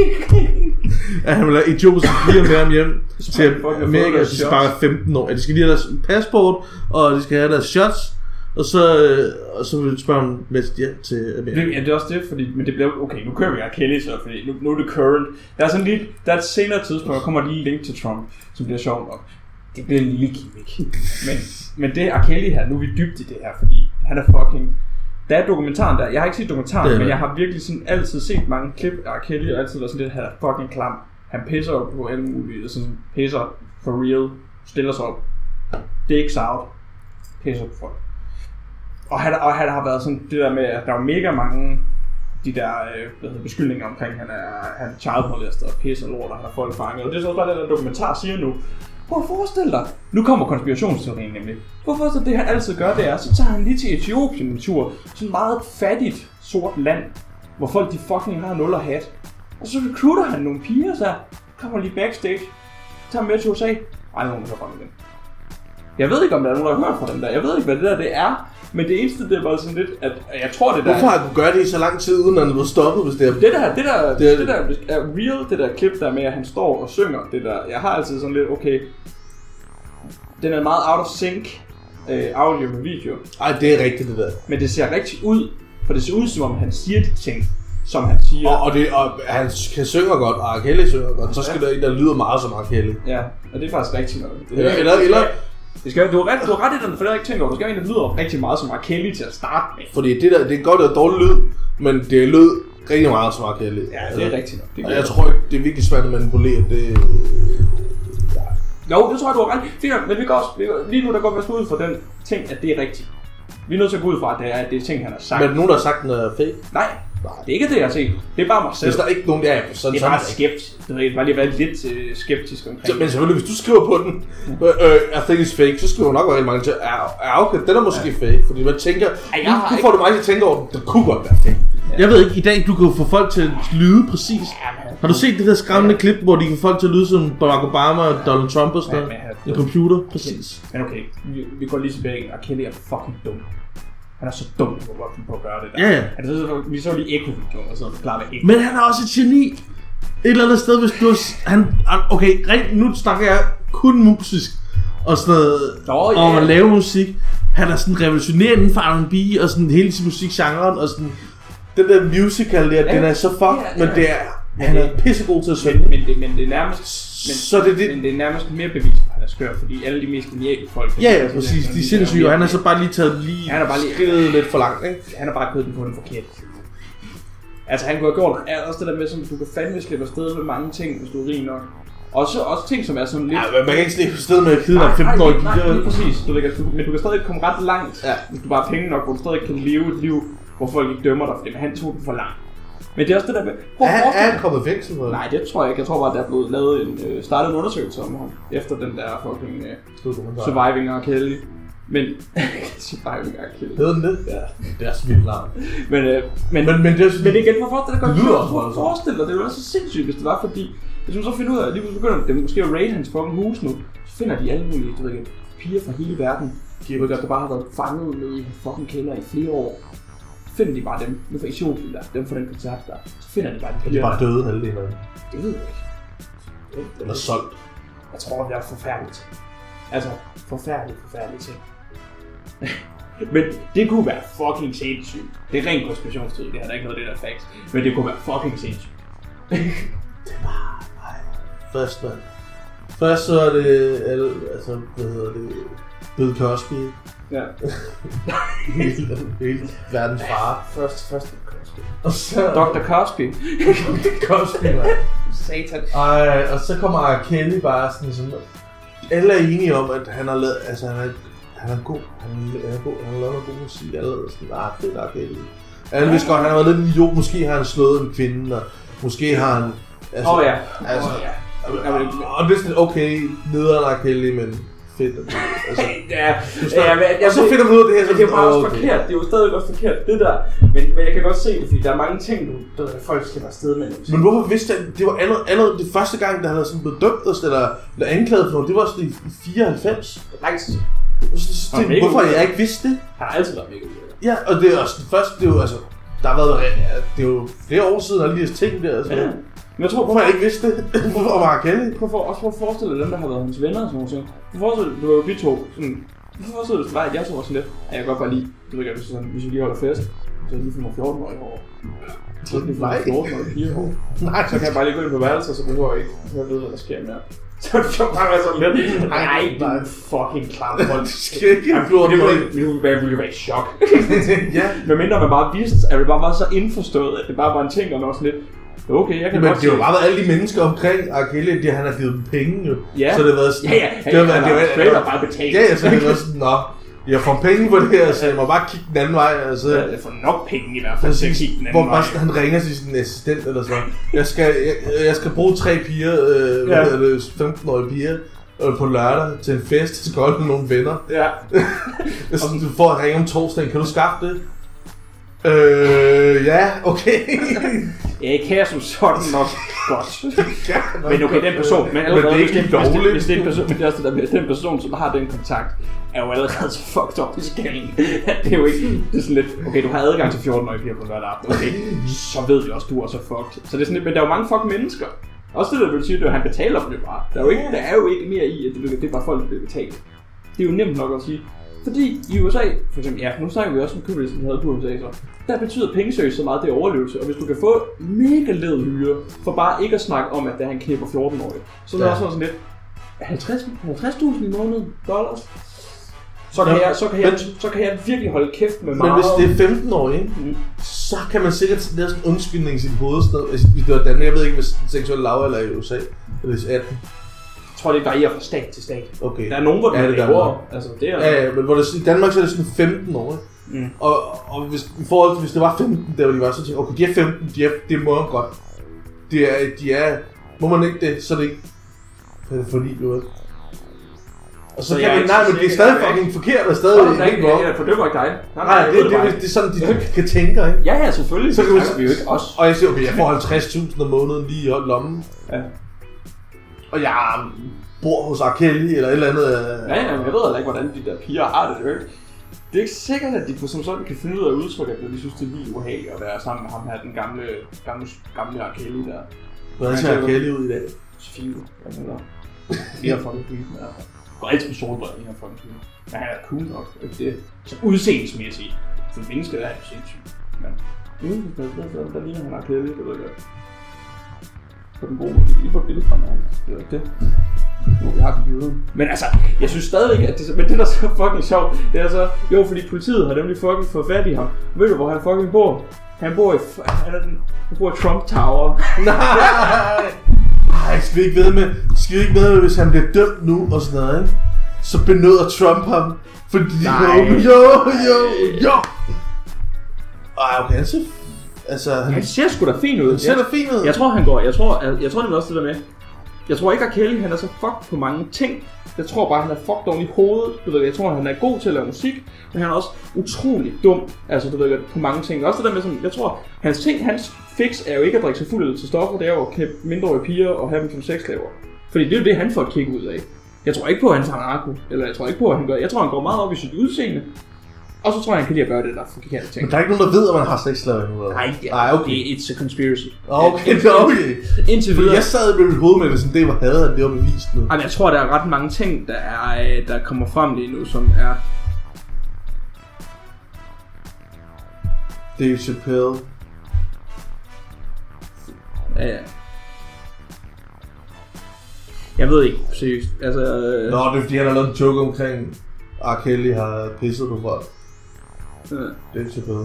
Speaker 3: at han ville have etiopiske piger med ham hjem til Amerika, og de skal bare være 15 år. Ja, de skal lige have deres passport, og de skal have deres shots. Og så vil spørge ham med til Amerika.
Speaker 2: Ja, det er også det, fordi, men det bliver okay, nu kører vi Kelly så, fordi nu er det current. Der er sådan lidt, der er et senere tidspunkt, der kommer lige link til Trump, som bliver sjovt nok. Det bliver en lille gimmick. Men det er Kelly her, nu er vi dybt i det her, fordi han er fucking... Der er dokumentaren der, jeg har ikke set dokumentaren, men jeg har virkelig sådan altid set mange klip af Kelly, og altid været sådan lidt, han er fucking klam. Han pisser op på alle mulige, sådan pisser for real, stiller sig op. Dicks out, pisser på folk. Og han har været sådan det der med, at der var mega mange de der beskyldninger omkring, han er child molester og pisser lort, og han har folk fanget. Og det er så også bare det, der dokumentar siger nu. Prøv at forestille dig, nu kommer konspirationsteorien nemlig. Prøv at forestille dig, det han altid gør, det er, så tager han lige til Etiopien en tur. Sådan et meget fattigt, sort land, hvor folk de fucking har 0 og hat. Og så recruiter han nogle piger, så kommer lige backstage, tager med til USA. Ej, nogen der kommer igen. Jeg ved ikke, om der er nogen, der har hørt fra den der. Jeg ved ikke, hvad det der det er. Men det eneste, det er bare sådan lidt, at jeg tror, det der...
Speaker 3: Hvorfor har han kunne gøre det i så lang tid, uden at han blev stoppet, hvis det er...
Speaker 2: Det der er real, det der klip der med, at han står og synger, det der... Jeg har altid sådan lidt, okay... Den er meget out of sync, audio med video.
Speaker 3: Ej, det er rigtigt, det der.
Speaker 2: Men det ser rigtigt ud, for det ser ud, som om han siger de ting, som han siger.
Speaker 3: Og han kan synge godt, og R. Kelly synger godt, så skal der en, der lyder meget som R. Kelly.
Speaker 2: Ja, og det er faktisk rigtigt nok.
Speaker 3: Eller...
Speaker 2: Du har ret i den, for det er ikke tænkt over. Du skal have en, der lyder rigtig meget som R. Kelly til at starte med.
Speaker 3: Fordi det der, det er godt og dårligt lyd, men det lød rigtig meget som R. Kelly.
Speaker 2: Ja, det er rigtigt nok.
Speaker 3: Og jeg tror ikke, det er virkelig svært at manipulere det.
Speaker 2: Jo, det tror jeg, du har ret. Fint, men vi kan også, lige nu der går vi ud fra den ting, at det er rigtigt. Vi er nødt til at gå ud fra, at det er ting, han har sagt.
Speaker 3: Men er der nogen, der har sagt, den er fake?
Speaker 2: Nej, det er ikke det, jeg har set. Det er bare mig selv.
Speaker 3: Hvis der er ikke nogen, der er sådan...
Speaker 2: Det er bare skeptisk. Det er bare lige været lidt skeptisk omkring.
Speaker 3: Men selvfølgelig, hvis du skriver på den, I think it's fake, så skriver du nok rigtig mange til, okay, den er måske fake. Fordi man tænker, nu får du mig til at tænke over, det kunne godt være fake. Jeg ved ikke, i dag du kan få folk til at lyde præcis. Har du set det der skræmmende klip, hvor de kan få folk til at lyde som Barack Obama og Donald Trump og sådan noget? En computer, præcis.
Speaker 2: Men okay, vi går lige tilbage, og Kelly er fucking dum. Han er så dum på at gøre det der.
Speaker 3: Ja.
Speaker 2: Altså, vi så lige Echo-videoen og sådan forklare det.
Speaker 3: Men han er også et geni. Et eller andet sted, hvis du okay, nu snakker jeg kun musisk og sådan noget, om at lave musik. Han er sådan revolutionerende inden for R&B og sådan hele sin musikgenren og sådan. Den der musical der, den er så men det er, han er pissegod til at synge.
Speaker 2: Men det er nærmest, men det er nærmest mere bevis på, at han er skør, fordi alle de mest geniale folk...
Speaker 3: Ja, præcis, de er sindssyge, og han har så bare lige taget skridtet lidt for langt, ikke?
Speaker 2: Han har bare kørt den på den forkerte. Altså han kunne have gjort også det der med, som du kan fandme slippe afsted med mange ting, hvis du er rig nok. Også ting, som er sådan lidt...
Speaker 3: Ja, man kan ikke slippe afsted med at kidnappe 15-årige piger.
Speaker 2: Nej, præcis. Men du kan stadig komme ret langt, hvis du bare har penge nok, hvor du stadig kan leve et liv, hvor folk ikke dømmer dig, fordi han tog den for langt. Men det er også det der med...
Speaker 3: Er han kommet fængsel for det?
Speaker 2: Nej, det tror jeg ikke. Jeg tror bare, at der er blevet lavet startet en undersøgelse om ham, efter den der fucking Surviving R. Kelly. Men... Surviving R. Kelly.
Speaker 3: Hedder den det? Ja, det er så vildt langt.
Speaker 2: Men igen, hvorfor det godt? Hvorfor forestille dig, det er jo så sindssygt, hvis det var, fordi... Hvis man så finder ud af, at lige begynder det måske at raid hans fucking hus nu, så finder de alle mulige, du ved ikke, piger fra hele verden, der bare har været fanget nede i fucking kælder i flere år. Finder de bare dem, nu fra Etiopien der, dem fra den koncert der, så finder de bare de
Speaker 3: er bare døde halvdelen af dem.
Speaker 2: Det ved jeg ikke.
Speaker 3: Eller solgt.
Speaker 2: Jeg tror, det er forfærdeligt. Altså, forfærdelige ting. Men det kunne være fucking sindssygt. Det er ren konspirationsteori, det her, der er ikke noget af det der facts. Men det kunne være fucking sindssygt.
Speaker 3: Det var... Først så er det... Altså, hvad hedder det... Bill Cosby.
Speaker 2: Ja.
Speaker 3: Hele verdens far.
Speaker 2: Først Cosby.
Speaker 3: Og så...
Speaker 2: Dr. Cosby.
Speaker 3: Dr. Cosby, man.
Speaker 2: Satan.
Speaker 3: Og så kommer R. Kelly bare sådan... Alle er enige om, at han har lavet... Altså, han er god. Han har lavet noget god musik. Alle er sådan... fedt R. Kelly. Alle vidste godt, han har været lidt en idiot. Måske har han slået en kvinde, og måske har han... Altså,
Speaker 2: ja.
Speaker 3: Altså, og det er sådan okay, nederen R. Kelly, men fedt. Altså,
Speaker 2: og
Speaker 3: så finder man ud af det her.
Speaker 2: Det er jo bare også forkert. Det er jo stadig også forkert, det der. Men jeg kan godt se det, fordi der er mange ting, folk skal være sted med.
Speaker 3: Men hvorfor vidste jeg, det var allerede det første gang, der havde sådan blevet dømt eller anklaget for noget, det var sådan i 94.
Speaker 2: Lang tid.
Speaker 3: Hvorfor har jeg ikke vidst det?
Speaker 2: Han har altid været mega ude.
Speaker 3: Ja, og det er også det første, det er jo altså, der har været, det er jo flere år siden, alle de her ting der, altså. Ja.
Speaker 2: Men jeg tror,
Speaker 3: hvorfor har jeg ikke vidst det? Hvorfor var jeg kendt?
Speaker 2: Prøv at forestille dig dem, der har været hans venner og sådan noget. Prøv at forestille dig, det var jo vi to. Hvorfor forestille dig, det var, at jeg så var sådan lidt, at jeg kan godt bare lide, du ved ikke, hvis vi lige holder fest, så lige får mig 14 år i år. Så lige får mig 14 år i 4 år. Nej, så kan jeg bare lige gå ind på værelset, så behøver jeg ikke høre ved, hvad der sker mere. Så det kan bare være sådan lidt, nej, du er fucking klar folk.
Speaker 3: Du skal ikke implore det.
Speaker 2: Jeg ville jo være i chok. Men mindre man bare vidste, at det bare var så indforstået, at det bare var en ting, og man var sådan lidt, okay, jeg kan
Speaker 3: men
Speaker 2: godt
Speaker 3: det har jo bare været alle de mennesker omkring Arkelle, det han har givet dem penge jo.
Speaker 2: Ja.
Speaker 3: Så det har været sådan,
Speaker 2: det var bare betalt.
Speaker 3: Ja, så det har været sådan, nå, jeg får penge på det her, så jeg må bare kigge den anden vej. Altså,
Speaker 2: jeg får nok penge i hvert fald til at kigge den anden vej.
Speaker 3: Hvor han ringer til sin assistent eller sådan. Jeg skal bruge 3 piger, 15-årige piger, på lørdag til en fest, så skal holde med nogle venner.
Speaker 2: Ja.
Speaker 3: Du får at ringe om torsdagen, kan du skaffe det? Ja, okay.
Speaker 2: Jeg kan jeg som sådan nok godt. Men okay, den person, men
Speaker 3: det er ikke dårligt.
Speaker 2: Hvis det er en person, men det er også det der med, den person, som har den kontakt, er jo allerede så fucked up i skallen. Det er jo ikke, det er sådan lidt, okay, du har adgang til 14-årige piger på lørdag aften, okay, så ved vi også, du er så fucked. Så det er sådan lidt, men der er jo mange fucked mennesker. Også det der vil sige, at han betaler for det bare. Der er jo ikke mere i, at det er bare folk, der bliver betalt. Det er jo nemt nok at sige. Fordi i USA, for eksempel, ja, nu snakker vi også om købelisten, vi havde på USA, så der betyder pengesøg så meget, det er overlevelse. Og hvis du kan få mega led hyre, for bare ikke at snakke om, at der han knipper 14-årige, så er det også sådan lidt 50.000 i måneden dollars. Så kan jeg virkelig holde kæft med meget.
Speaker 3: Men hvis det er 15-årige, så kan man sikkert lave sådan en undskyldning i sit hovedstad. Altså, hvis det var Danmark, jeg ved ikke, hvis seksuelle lavalder er i USA, eller hvis 18.
Speaker 2: Jeg tror, det varierer fra stat til stat.
Speaker 3: Okay.
Speaker 2: Der er nogen, hvor det er over. Altså, det er
Speaker 3: ja, men hvor det, i Danmark så er det sådan 15 år. Og hvis, i forhold til, hvis det var 15, der var de var, så tænkte okay, de er 15, det må man godt. De er, må man ikke det, så er det ikke fordi noget. Og så kan vi, nej, men det er stadig fucking forkert, og stadig ikke godt.
Speaker 2: Jeg fordømmer ikke dig.
Speaker 3: Nej, det er sådan, de kan tænke, ikke?
Speaker 2: Ja, selvfølgelig.
Speaker 3: Så kan vi jo ikke også. Og jeg siger, okay, jeg får 50.000 om måneden lige i lommen.
Speaker 2: Ja.
Speaker 3: Og jeg bor hos Arkelle eller et eller andet.
Speaker 2: Ja, jeg ved heller ikke, hvordan de der piger har det. Det er ikke sikkert, at de som sådan kan finde ud af at udtrykke, at de synes, det er vildt ubehageligt at være sammen med ham her, den gamle Arkelle der.
Speaker 3: Hvordan ser Arkelle ud i dag?
Speaker 2: Så fint. Jeg ved det. Det er fucking fint. Går altid med solbriller, det her fucking fint. Men han er cool nok. Det er så udseendelsmæssigt. For mennesker der er jo sindssygt. Men der ligner han Arkelle, det ved jeg godt. På den gode måde. I får et billede fra mig. Det er ikke det. Vi har computeren. Men altså, jeg synes stadig at det, men det der er så fucking sjovt, det er så, jo, fordi politiet har nemlig fucking fået fat i ham. Ved du, hvor han fucking bor? Han bor i Trump Tower.
Speaker 3: Nej, skal vi ikke ved med, hvis han bliver dømt nu og sådan noget, ikke? Så benøder Trump ham. Fordi jo. Ej, okay,
Speaker 2: han ser sgu da fint ud.
Speaker 3: Han ser da fint ud.
Speaker 2: Jeg tror nemlig også det der med. Jeg tror ikke, at Kelly han er så fucked på mange ting. Jeg tror bare, han er fucked oven i hovedet. Du ved, jeg tror, han er god til at lave musik. Men han er også utrolig dum. Altså, du ved, på mange ting. Også det der med, som jeg tror, hans fix er jo ikke at drikke sig fuld til stoffer. Det er jo at kæmpe mindreårige piger og have dem som sexslaver. Fordi det er jo det, han får et kick ud af. Jeg tror ikke på, at han tager narko. Eller jeg tror ikke på, at han gør. Jeg tror, han går meget op i sit udseende. Og så tror jeg, han kan lide at gøre det, der er forkerte ting.
Speaker 3: Men der er ikke nogen, der ved, at man har sexslaver endnu.
Speaker 2: Nej, okay. It's a conspiracy.
Speaker 3: Okay.
Speaker 2: Indtil videre.
Speaker 3: Jeg sad med mit hoved med, hvis det var hadet, at det var bevist nu.
Speaker 2: Jeg tror, der er ret mange ting, der kommer frem lige nu, som er...
Speaker 3: Dave Chappelle.
Speaker 2: Ja. Jeg ved ikke, seriøst. Altså...
Speaker 3: Nå, det er fordi, han har lavet en joke omkring, R. Kelly har pisset på folk. Det er Chappelle.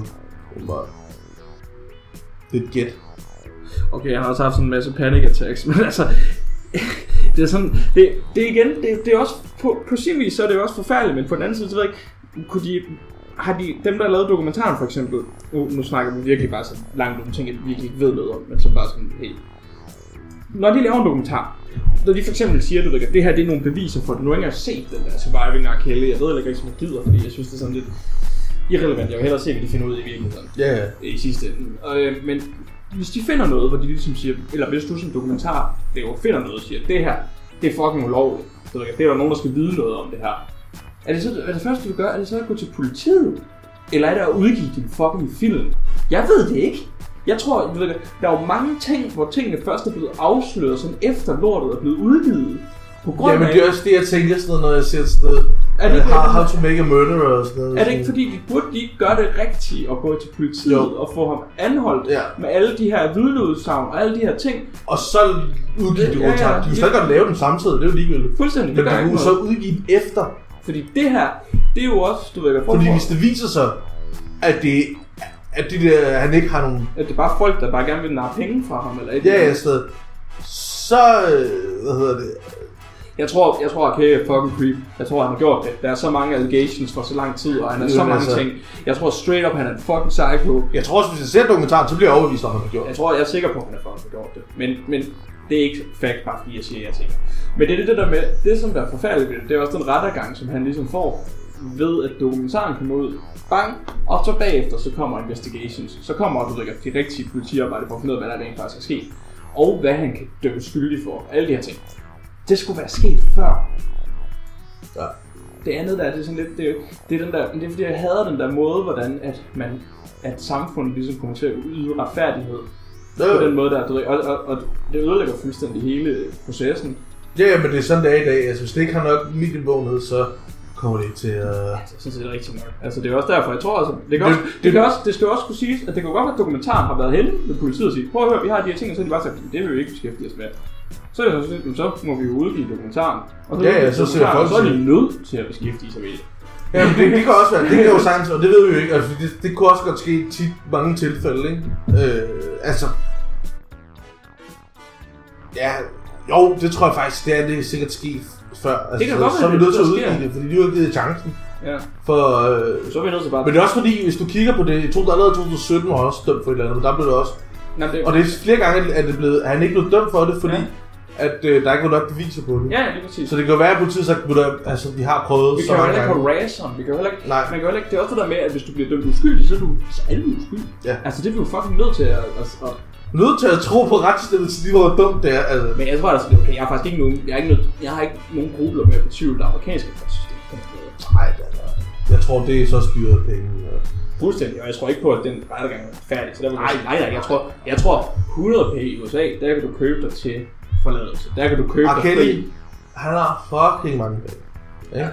Speaker 3: Det er et gæt.
Speaker 2: Okay, han har også haft sådan en masse panic attacks, men altså... det er sådan... Det er igen, det er også... På sin vis, så er det jo også forfærdeligt, men på den anden side, så ved jeg ikke... Har de... Dem, der har lavet dokumentaren, for eksempel... Nu snakker vi virkelig bare så langt om ting, vi ikke ved noget om, men så bare sådan... Hey, når de laver en dokumentar, når de for eksempel siger, du ved, at det her det er nogle beviser for, at du nu ikke har set den der Surviving R. Kelly, jeg ved ikke rigtig, som jeg gider, fordi jeg synes, det er sådan lidt irrelevant. Jeg vil hellere se, hvad de finder ud af i virkeligheden.
Speaker 3: Ja.
Speaker 2: I sidste ende. Men hvis de finder noget, hvor de ligesom siger, eller hvis du som dokumentar, det jo finder noget og siger, det her, det er fucking ulovligt. Det er der nogen, der skal vide noget om det her. Er det første, du vil gøre? Er det så at gå til politiet? Eller er det at udgive din fucking film? Jeg ved det ikke. Jeg tror, der er jo mange ting, hvor tingene først er blevet afsløret, sådan efter lortet er blevet udgivet. På grund
Speaker 3: ja, men det er også det, jeg tænker sådan noget, når jeg ser sådan noget. How to make a murderer og sådan noget.
Speaker 2: Er det ikke fordi, de ikke gøre det rigtigt at gå til politiet og få ham anholdt med alle de her vidneudsagn og alle de her ting? Og
Speaker 3: så udgive det dokumentar. Du kan stadig godt lave den samtidig, det er jo ligegyldigt.
Speaker 2: Fuldstændig.
Speaker 3: Men du kan så udgive den efter.
Speaker 2: Fordi det her, det er jo også, du ved,
Speaker 3: fordi hvis det viser sig, at det der, han ikke har nogen...
Speaker 2: At det er bare folk, der bare gerne vil narre penge fra ham, eller et
Speaker 3: ja, stedet. Så, hvad hedder det...
Speaker 2: Jeg tror, at Kelly er fucking creep. Jeg tror, han har gjort det. Der er så mange allegations for så lang tid, og han har så mange ting. Jeg tror straight up, han er en fucking psycho.
Speaker 3: Jeg tror også, hvis jeg ser dokumentaren, så bliver jeg overbevist om, han har gjort det.
Speaker 2: Jeg er sikker på, at han har fucking gjort det. Men det er ikke fact, bare fordi jeg siger, jeg tænker. Men det er det der med, det som der er forfærdeligt ved det, det er også den rettergang, som han ligesom får ved, at dokumentaren kommer ud. Bang! Og så bagefter, så kommer investigations. Så kommer de rigtige politiarbejde for at finde ud af, hvad der rent faktisk er sket. Og hvad han kan dømme skyldig for. Alle de her ting. Det skulle være sket før.
Speaker 3: Ja.
Speaker 2: Det andet der, det er sådan lidt, det er den der, det er fordi jeg hader den der måde, hvordan at samfundet ligesom kommer til at yde retfærdighed. På den måde der, og det ødelægger fuldstændig hele processen.
Speaker 3: Ja, men det er sådan det er i dag. Altså hvis det ikke har nok mediebevågenhed, så kommer det ikke til at...
Speaker 2: Jeg synes det er rigtigt nok. Altså det er også derfor, jeg tror altså, det skal også kunne siges, at det kan godt være, at dokumentaren har været henne med politiet og sige, prøv at høre, vi har de her ting, og så er de bare sagt, det vil vi ikke beskæftige os med. Så må vi jo udgive dokumentaren. Og så er de nødt til at beskæftige sig med det.
Speaker 3: Ja, men det kan også være, det kan jo sagtens, og det ved vi jo ikke, altså det kunne også godt ske tit mange tilfælde, ikke? Ja, jo, det tror jeg faktisk, det er sikkert sket før. Altså,
Speaker 2: det kan godt være,
Speaker 3: så er vi nødt til at udgive det, fordi de har jo givet chancen.
Speaker 2: Ja.
Speaker 3: Så er vi nødt til bare... Men det er også fordi, hvis du kigger på det, i 2017 var han også dømt for et eller andet, men der blev det også... Og det er flere gange, at han ikke blev dømt for det, fordi... at der ikke var nok beviser på det.
Speaker 2: Ja, det er præcis.
Speaker 3: Så det kan jo være, at politiet sagt, altså vi har prøvet
Speaker 2: så mange gange. Vi kan jo heller ikke harasse ham. Man kan jo heller ikke... Det er også det der med, at hvis du bliver dømt uskyldig, så er alle uskyldige. Ja. Altså det er du fucking nødt til at...
Speaker 3: Nødt til at tro på retsstedet, så de var dumt der, altså.
Speaker 2: Men jeg tror altså, okay, jeg har faktisk ikke nogen... Jeg har ikke nogen grubler med at betvivle det amerikanske retssystem.
Speaker 3: Nej, jeg tror, det er så styret penge.
Speaker 2: Fuldstændig, og jeg tror ikke på, at den rettergang er færdig. Så der vil nej, jeg tror 100p i USA, der kan du købe dig til forladelse. Der kan du købe dig fri.
Speaker 3: Han har fucking mange penge. Ja.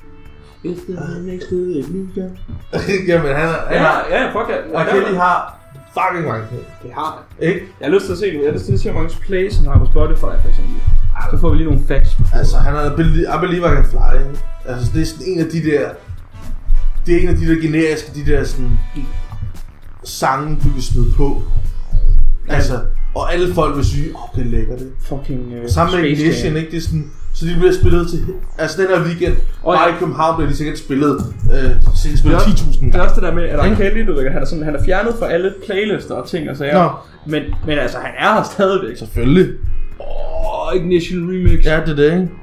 Speaker 3: Jamen han har...
Speaker 2: Ja, fuck it.
Speaker 3: Og Kelly har fucking mange penge.
Speaker 2: Det har han.
Speaker 3: Ikke?
Speaker 2: Jeg har lyst til at se det. Jeg har lyst til at se, hvor mange plays han har på Spotify for eksempel. Så får vi lige nogle facts.
Speaker 3: Altså han er I Believe I Can Fly. Altså det er sådan en af de der... Det er en af de der generiske, de der sådan... sange, du kan smide på. Altså... Og alle folk vil sige, det er lækkert det.
Speaker 2: Fucking
Speaker 3: sammen med Ignition, ikke? Det er sådan, så de bliver spillet til... Altså den her weekend, bare i København bliver de sikkert spillet 10.000.
Speaker 2: Det er også det der med, at R. Kelly, du ved, han er fjernet fra alle playlister og ting og sager. Men altså, han er her stadigvæk.
Speaker 3: Selvfølgelig.
Speaker 2: Ignition Remix.
Speaker 3: Ja, det er det, ikke?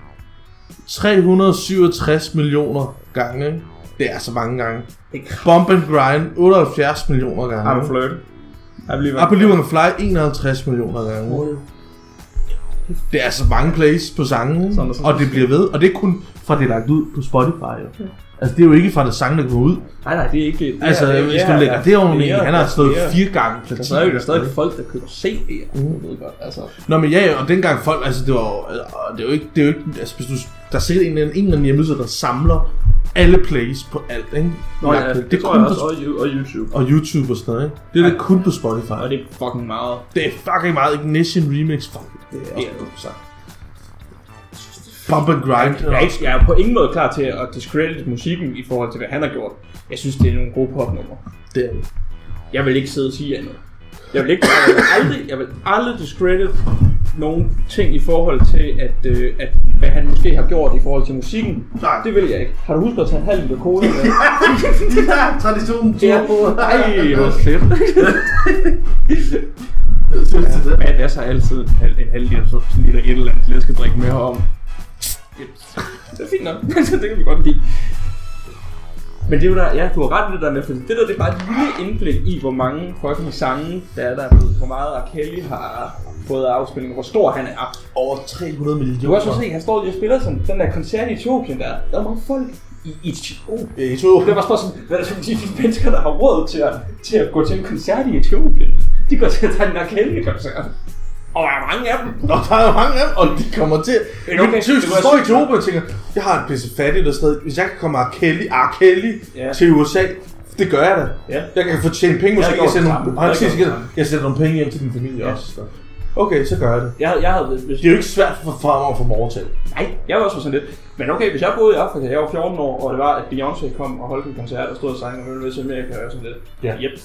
Speaker 3: 367 millioner gange, ikke? Det er så mange gange. Bump and Grind, 78 millioner gange.
Speaker 2: I'm Flirt.
Speaker 3: I Believe I Can Fly 51 millioner gange. Det er så mange plays på sangen, og det bliver ved, og det er kun fra det lagt ud på Spotify. Okay. Altså det er jo ikke fra det sang, der går ud.
Speaker 2: Nej, det er ikke det.
Speaker 3: Altså hvis du lægger det oveni, han har stået 4 gange platin.
Speaker 2: Så er jo stadig folk, der køber CD'er. Ved godt, altså.
Speaker 3: Nå, men ja, og dengang folk, altså det er jo ikke, altså hvis du, der er sikkert en eller anden hjemmeside, der samler alle plays på alt, ikke?
Speaker 2: Nå ja, det tror jeg også, og YouTube.
Speaker 3: Og YouTube og sådan noget, ikke? Det er det kun på Spotify.
Speaker 2: Og det er fucking meget.
Speaker 3: Det er fucking meget. Ignition Remix, fuck. Det er også dumt sagt. Bump and Grind.
Speaker 2: Jeg er på ingen måde klar til at discredit musikken i forhold til, hvad han har gjort. Jeg synes, det er nogle gode popnumre.
Speaker 3: Det er det.
Speaker 2: Jeg vil ikke sidde og sige andet. Jeg vil aldrig discredit nogle ting i forhold til, at hvad han måske har gjort i forhold til musikken.
Speaker 3: Nej,
Speaker 2: det vil jeg ikke. Har du husket at tage en halv liter cola med?
Speaker 3: Ja, traditionen.
Speaker 2: Ej, hvor fedt. Mads har altid en halv liter et eller andet, jeg skal drikke mere om. Det er fint nok, det kan vi godt lide. Men det er jo der, ja, du har ret i det der med, for det der, det er bare et lille indblik i, hvor mange fucking sange, der er blevet, hvor meget R. Kelly har fået afspilning, hvor stor han er.
Speaker 3: Over 300 millioner.
Speaker 2: Du kan også se, han står lige og spiller sådan, den der koncert i Etiopien der. Der er mange folk i Etiopien. Det var sådan, hvad er det, de mennesker, der har råd til at gå til en koncert i Etiopien. De går til at tage en R. Kelly-koncert. Og der er mange af dem.
Speaker 3: Og de kommer til. Men seriøst, du står i Etiopien og tænker, jeg har en pisse fattigt og sted. Hvis jeg kan komme R. Kelly til USA, det gør jeg da. Jeg kan få tjene penge, måske jeg sætter nogle penge hjem til din familie også. Okay, så gør jeg det. Det er jo ikke svært for farmor at få dem overtalt.
Speaker 2: Nej, jeg var også sådan lidt. Men okay, hvis jeg boede i Afrika, jeg var 14 år, og det var, at Beyoncé kom og holdt en koncert og stod og sang, og ville til Amerika, og sådan lidt.
Speaker 3: Ja.
Speaker 2: Yep.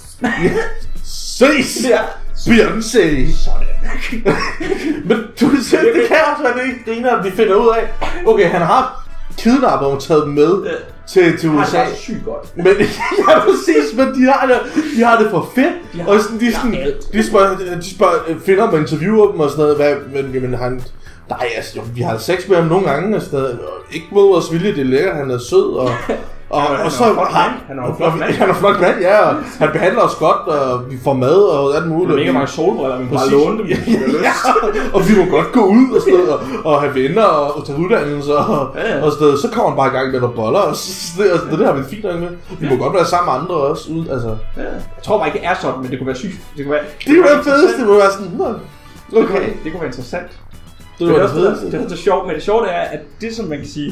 Speaker 3: Ses! Beyoncé!
Speaker 2: Sådan.
Speaker 3: Men du siger, det kan også være det griner, at vi finder ud af. Okay, han har kidnappet og taget dem med til USA.
Speaker 2: Det er sygt godt.
Speaker 3: Men ja, præcis, men de har det for fedt. Og sådan, de spørger, finder dem, interviewer dem og sådan noget. Men han... Nej, altså, jo, vi har sex med ham nogle gange og sådan noget. Ikke mod vores vilje, det er lækkert, han er sød og så
Speaker 2: han er en flot mand.
Speaker 3: Han er en flot mand, ja, og han behandler os godt, og vi får mad og alt muligt.
Speaker 2: Der er mega mange solbriller, vi må bare låne dem.
Speaker 3: Ja, og vi må godt gå ud og sådan noget, og have venner og tage uddannelse og sådan noget. Så kommer han bare i gang med nogle boller, og det har vi en fint gang med. Vi må godt være sammen med andre også. Altså.
Speaker 2: Jeg tror bare ikke, det er sådan, men det kunne være sygt. Det kunne
Speaker 3: være fedeste, det må være sådan, okay.
Speaker 2: Det kunne være interessant.
Speaker 3: Det
Speaker 2: er så sjovt, men det sjove er, at det som man kan sige,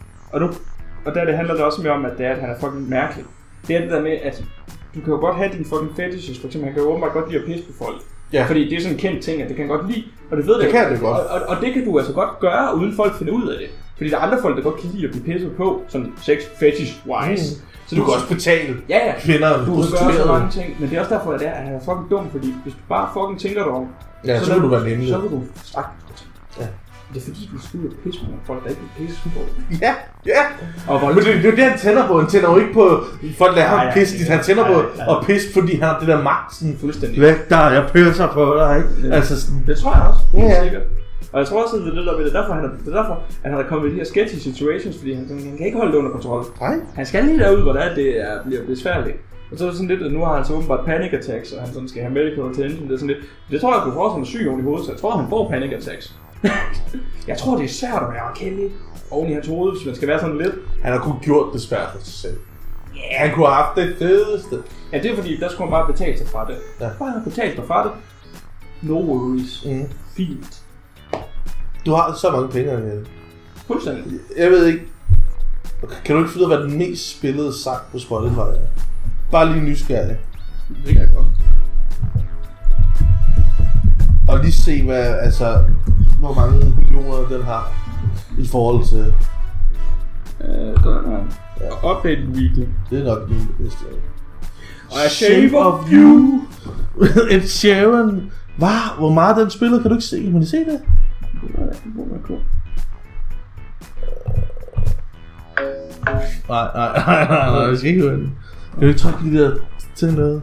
Speaker 2: og der det handler det også mere om, at han er fucking mærkelig. Det er det der med, at du kan jo godt have dine fucking fetishes, for eksempel, han kan jo åbenbart godt lide at pisse på folk. Ja. Fordi det er sådan en kendt ting, at det kan godt lide, og det ved
Speaker 3: det kan det godt.
Speaker 2: Og det kan du altså godt gøre, uden folk finder ud af det. Fordi der er andre folk, der godt kan lide at blive pisset på, sådan sex fetish-wise.
Speaker 3: Så du kan også betale
Speaker 2: kvinder. Du kan gøre så mange ting, men det er også derfor, at han er fucking dum, fordi hvis du bare fucking tænker dig om,
Speaker 3: så vil du være nemmelig.
Speaker 2: Så vil du straks. Ja. Det er fordi, du skal ud og pisse på folk, der ikke vil pisse på.
Speaker 3: Ja. Men det er det, han tænder på. Han tænder jo ikke på folk, der har pisse. Han tænder på at pisse, fordi han har det der magt sådan
Speaker 2: fuldstændig.
Speaker 3: Væk der, jeg pisser på dig, ikke? Altså sådan.
Speaker 2: Det tror jeg også. Ja. Sikkert. Og jeg tror også, at det er det der ved det. Det er derfor, at han er kommet i de her sketchy situations, fordi han kan ikke holde det under kontrol.
Speaker 3: Nej.
Speaker 2: Han skal lige derud, hvor det bliver besværligt. Og så er det sådan lidt, at nu har han så åbenbart panic attacks, og han sådan skal have medical attention. Det er sådan lidt. Det tror jeg, at du får sådan en syg oven i hovedet, så jeg tror, han får panic attacks. Jeg tror, det er svært at være Kelly oven i hans hoved, hvis man skal være sådan lidt.
Speaker 3: Han har kun gjort det svært for sig selv. Han kunne have haft det fedeste.
Speaker 2: Ja, det er fordi, der skulle han bare betale sig fra det. Bare han betalt sig fra det. No worries. Fint.
Speaker 3: Du har så mange penge, Daniel.
Speaker 2: Fuldstændig.
Speaker 3: Jeg ved ikke. Kan du ikke finde ud af, hvad den mest spillede sang på Spotify er? Bare lige nysgerrig.
Speaker 2: Det kan jeg godt.
Speaker 3: Og lige se, hvor mange millioner den har i forhold til...
Speaker 2: Update weekly.
Speaker 3: Det er nok min bedste.
Speaker 2: Og A Shape of You.
Speaker 3: Ed Sheeran. Hvor meget den spiller, kan du ikke se? Må du se det?
Speaker 2: Det må være cool.
Speaker 3: Nej, jeg skal ikke høre den. Kan du ikke trykke de der til noget?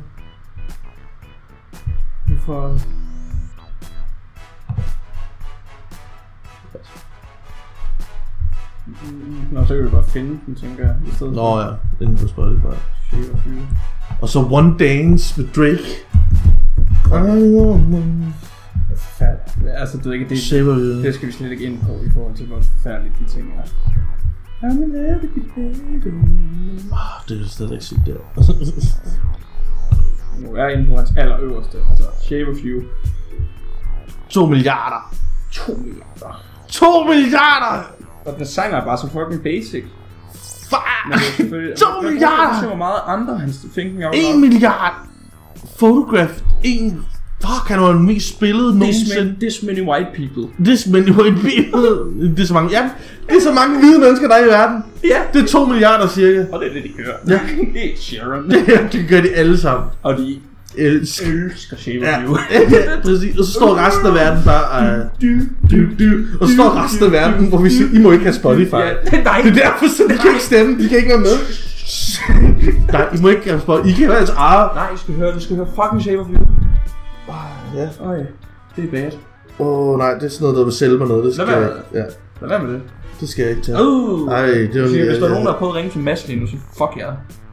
Speaker 2: Hvorfor? Nå, så kan vi bare finde den, tænker jeg, i stedet.
Speaker 3: Nå ja, inde på Spotify. Og så One Dance med Drake.
Speaker 2: Altså, du ved ikke, det skal vi slet ikke ind på i forhold til, hvor forfærdeligt de ting er.
Speaker 3: Det er slet ikke sygt der.
Speaker 2: Nu er jeg inde på hans allerøverste, altså Shape of You.
Speaker 3: 2 milliarder.
Speaker 2: 2 milliarder.
Speaker 3: 2 milliarder!
Speaker 2: Og den sang er bare så fucking basic.
Speaker 3: Fuck! 2 milliarder!
Speaker 2: Det var meget andre, hans thinking out.
Speaker 3: 1 milliard! Photograph. Fuck, han var den mest spillede nogensinde.
Speaker 2: This many white people.
Speaker 3: This many white people. Det er så mange, det er så mange hvide mennesker, der er i verden.
Speaker 2: Ja.
Speaker 3: Det er 2 milliarder cirka.
Speaker 2: Og det er det, de gør.
Speaker 3: Ja.
Speaker 2: Det er Sharon.
Speaker 3: Det gør de alle sammen.
Speaker 2: Og de elsker Shape of You.
Speaker 3: Præcis. Og så står resten af verden bare og så står resten af verden, hvor vi siger, I må ikke have Spotify.
Speaker 2: Ja, det er
Speaker 3: det er derfor, så de kan ikke stemme. De kan ikke være med. Nej, I må ikke have Spotify. I kan have hans eget.
Speaker 2: Nej, I skal høre fucking Shape of You.
Speaker 3: Ja.
Speaker 2: Øj, det er bad.
Speaker 3: Nej, det er sådan noget, der vil sælge mig noget. Det skal jeg ikke. Ja.
Speaker 2: Hvad med det?
Speaker 3: Det skal jeg ikke tage.
Speaker 2: Ej,
Speaker 3: det var
Speaker 2: hvis der er nogen, der har prøvet at ringe til Mads lige nu, så fuck jer.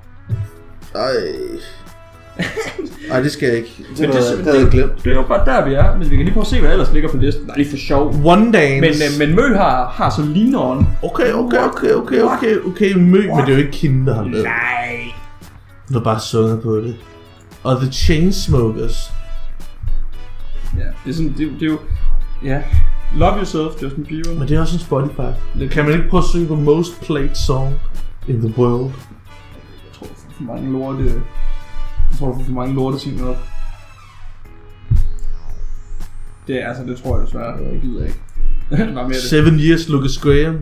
Speaker 3: Ej, det skal jeg ikke. Det
Speaker 2: havde
Speaker 3: jeg glemt.
Speaker 2: Det er jo bare der, vi er. Men vi kan lige prøve at se, hvad ellers ligger på listen. Nej, det er for sjov.
Speaker 3: One Dance.
Speaker 2: Men Mø har så lineren.
Speaker 3: Okay. Mø, men det er jo ikke hende, der har lavet.
Speaker 2: Nej.
Speaker 3: Du har bare sunget på det. Og The Chainsmokers.
Speaker 2: Ja, det er sådan, det er jo... Ja. Love Yourself, Justin Bieber.
Speaker 3: Men det er også en Spotify. Kan man ikke prøve at søge på Most Played Song in the World?
Speaker 2: Jeg tror, du får for mange lorte ting op. Det tror jeg desværre. Jeg gider ikke. Bare mere
Speaker 3: 7 Years Lucas Graham.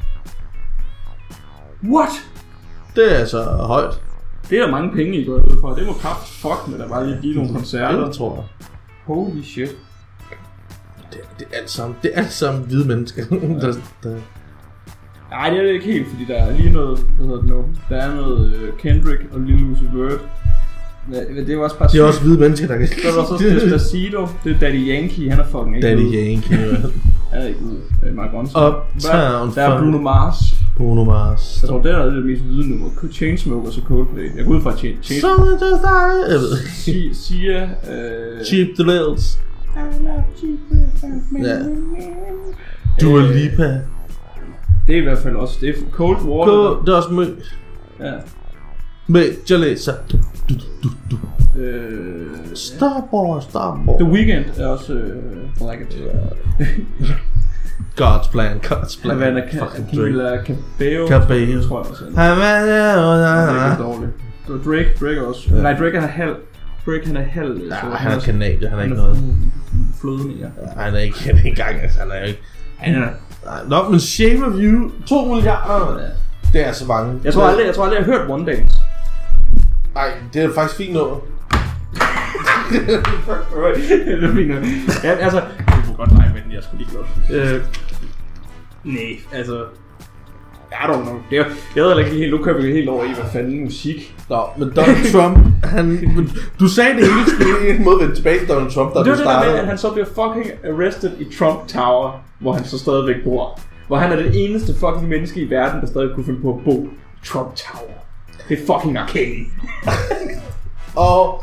Speaker 2: What?
Speaker 3: Det er altså højt.
Speaker 2: Det er der mange penge i går ud fra. Det må fuck med, der bare lige give nogle koncerter.
Speaker 3: Det tror jeg.
Speaker 2: Holy shit.
Speaker 3: Det er alt sammen hvide mennesker.
Speaker 2: Nej, det er det ikke helt, fordi der er lige noget, hvad hedder det nu? Der er noget Kendrick og Lil Uzi Vert. Det er også bare...
Speaker 3: Det er også hvide mennesker, der kan...
Speaker 2: Så er der også Despacito. Det er Daddy Yankee, han er fucking ikke
Speaker 3: Daddy Yankee, ja.
Speaker 2: Han er ikke ude. Mark Ronson.
Speaker 3: Uptown.
Speaker 2: Der er Bruno Mars. Jeg tror, det er det mest hvide nummer. Chainsmokers og Coldplay. Jeg går ud fra Sia.
Speaker 3: Cheap Thrills. Ja. Dua Lipa.
Speaker 2: Det er i hvert fald også. Det er Cold Water.
Speaker 3: Det er også Mø.
Speaker 2: Ja.
Speaker 3: Med Jalesa. Starboard.
Speaker 2: The Weeknd er også like it.
Speaker 3: God's plan.
Speaker 2: Havana Camila Cabello. Tror jeg også. Drake også. Nej, Drake han er halv.
Speaker 3: Ja, han er kanadier, han er ikke noget.
Speaker 2: Fløden i, ja.
Speaker 3: Han er ikke engang, altså han er ikke. Nå, men Shame of You, 2 milliarder. Ja. Det er så mange.
Speaker 2: Jeg tror aldrig, jeg har hørt One Dance.
Speaker 3: Nej, det er faktisk fint noget.
Speaker 2: Det er fint noget. Ja, altså, det kunne godt lege med den, jeg skulle lige godt. Nej, altså... I don't know. Jeg ved ikke helt, nu køber vi helt over i, hvad fanden musik.
Speaker 3: Nå, men Donald Trump, du sagde det hele skulle en måde vende tilbage til Donald Trump, da du startede. Det var det der med,
Speaker 2: at han så bliver fucking arrested i Trump Tower, hvor han så stadigvæk bor. Hvor han er det eneste fucking menneske i verden, der stadig kunne finde på at bo i Trump Tower. Det er fucking arcade.
Speaker 3: Og...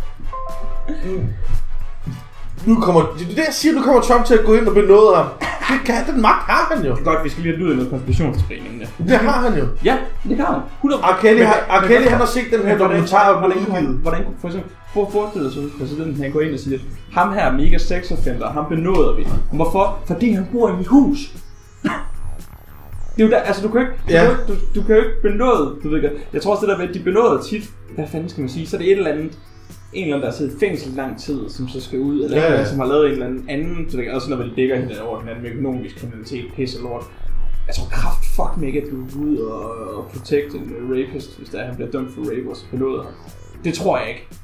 Speaker 3: Nu kommer Trump til at gå ind og benåde ham. Den magt har han jo.
Speaker 2: Godt, vi skal lige have lydet noget konspirationsteorining. Ja.
Speaker 3: Det har han jo.
Speaker 2: Ja, det har han.
Speaker 3: R. Kelly han har set den her dokumentar.
Speaker 2: Hvordan for eksempel forestiller sig præsidenten, han går ind og siger, ham her mega sexoffender, ham benåder vi. Hvorfor? Fordi han bor i mit hus. Det er jo der, altså du kan jo ikke benåde, du ved ikke. Jeg tror også det der ved, at de benåder tit, hvad fanden skal man sige, så er det en eller anden, der har siddet i fængsel lang tid, som så skal ud, eller en, som har lavet en eller anden, så det er også sådan, at de dækker hinanden over hinanden med økonomisk kriminalitet, pisse og lort. Jeg tror fuck mig ikke, at du er ude og protect en rapist, hvis han bliver dømt for rape og så benåder ham. Det tror jeg ikke.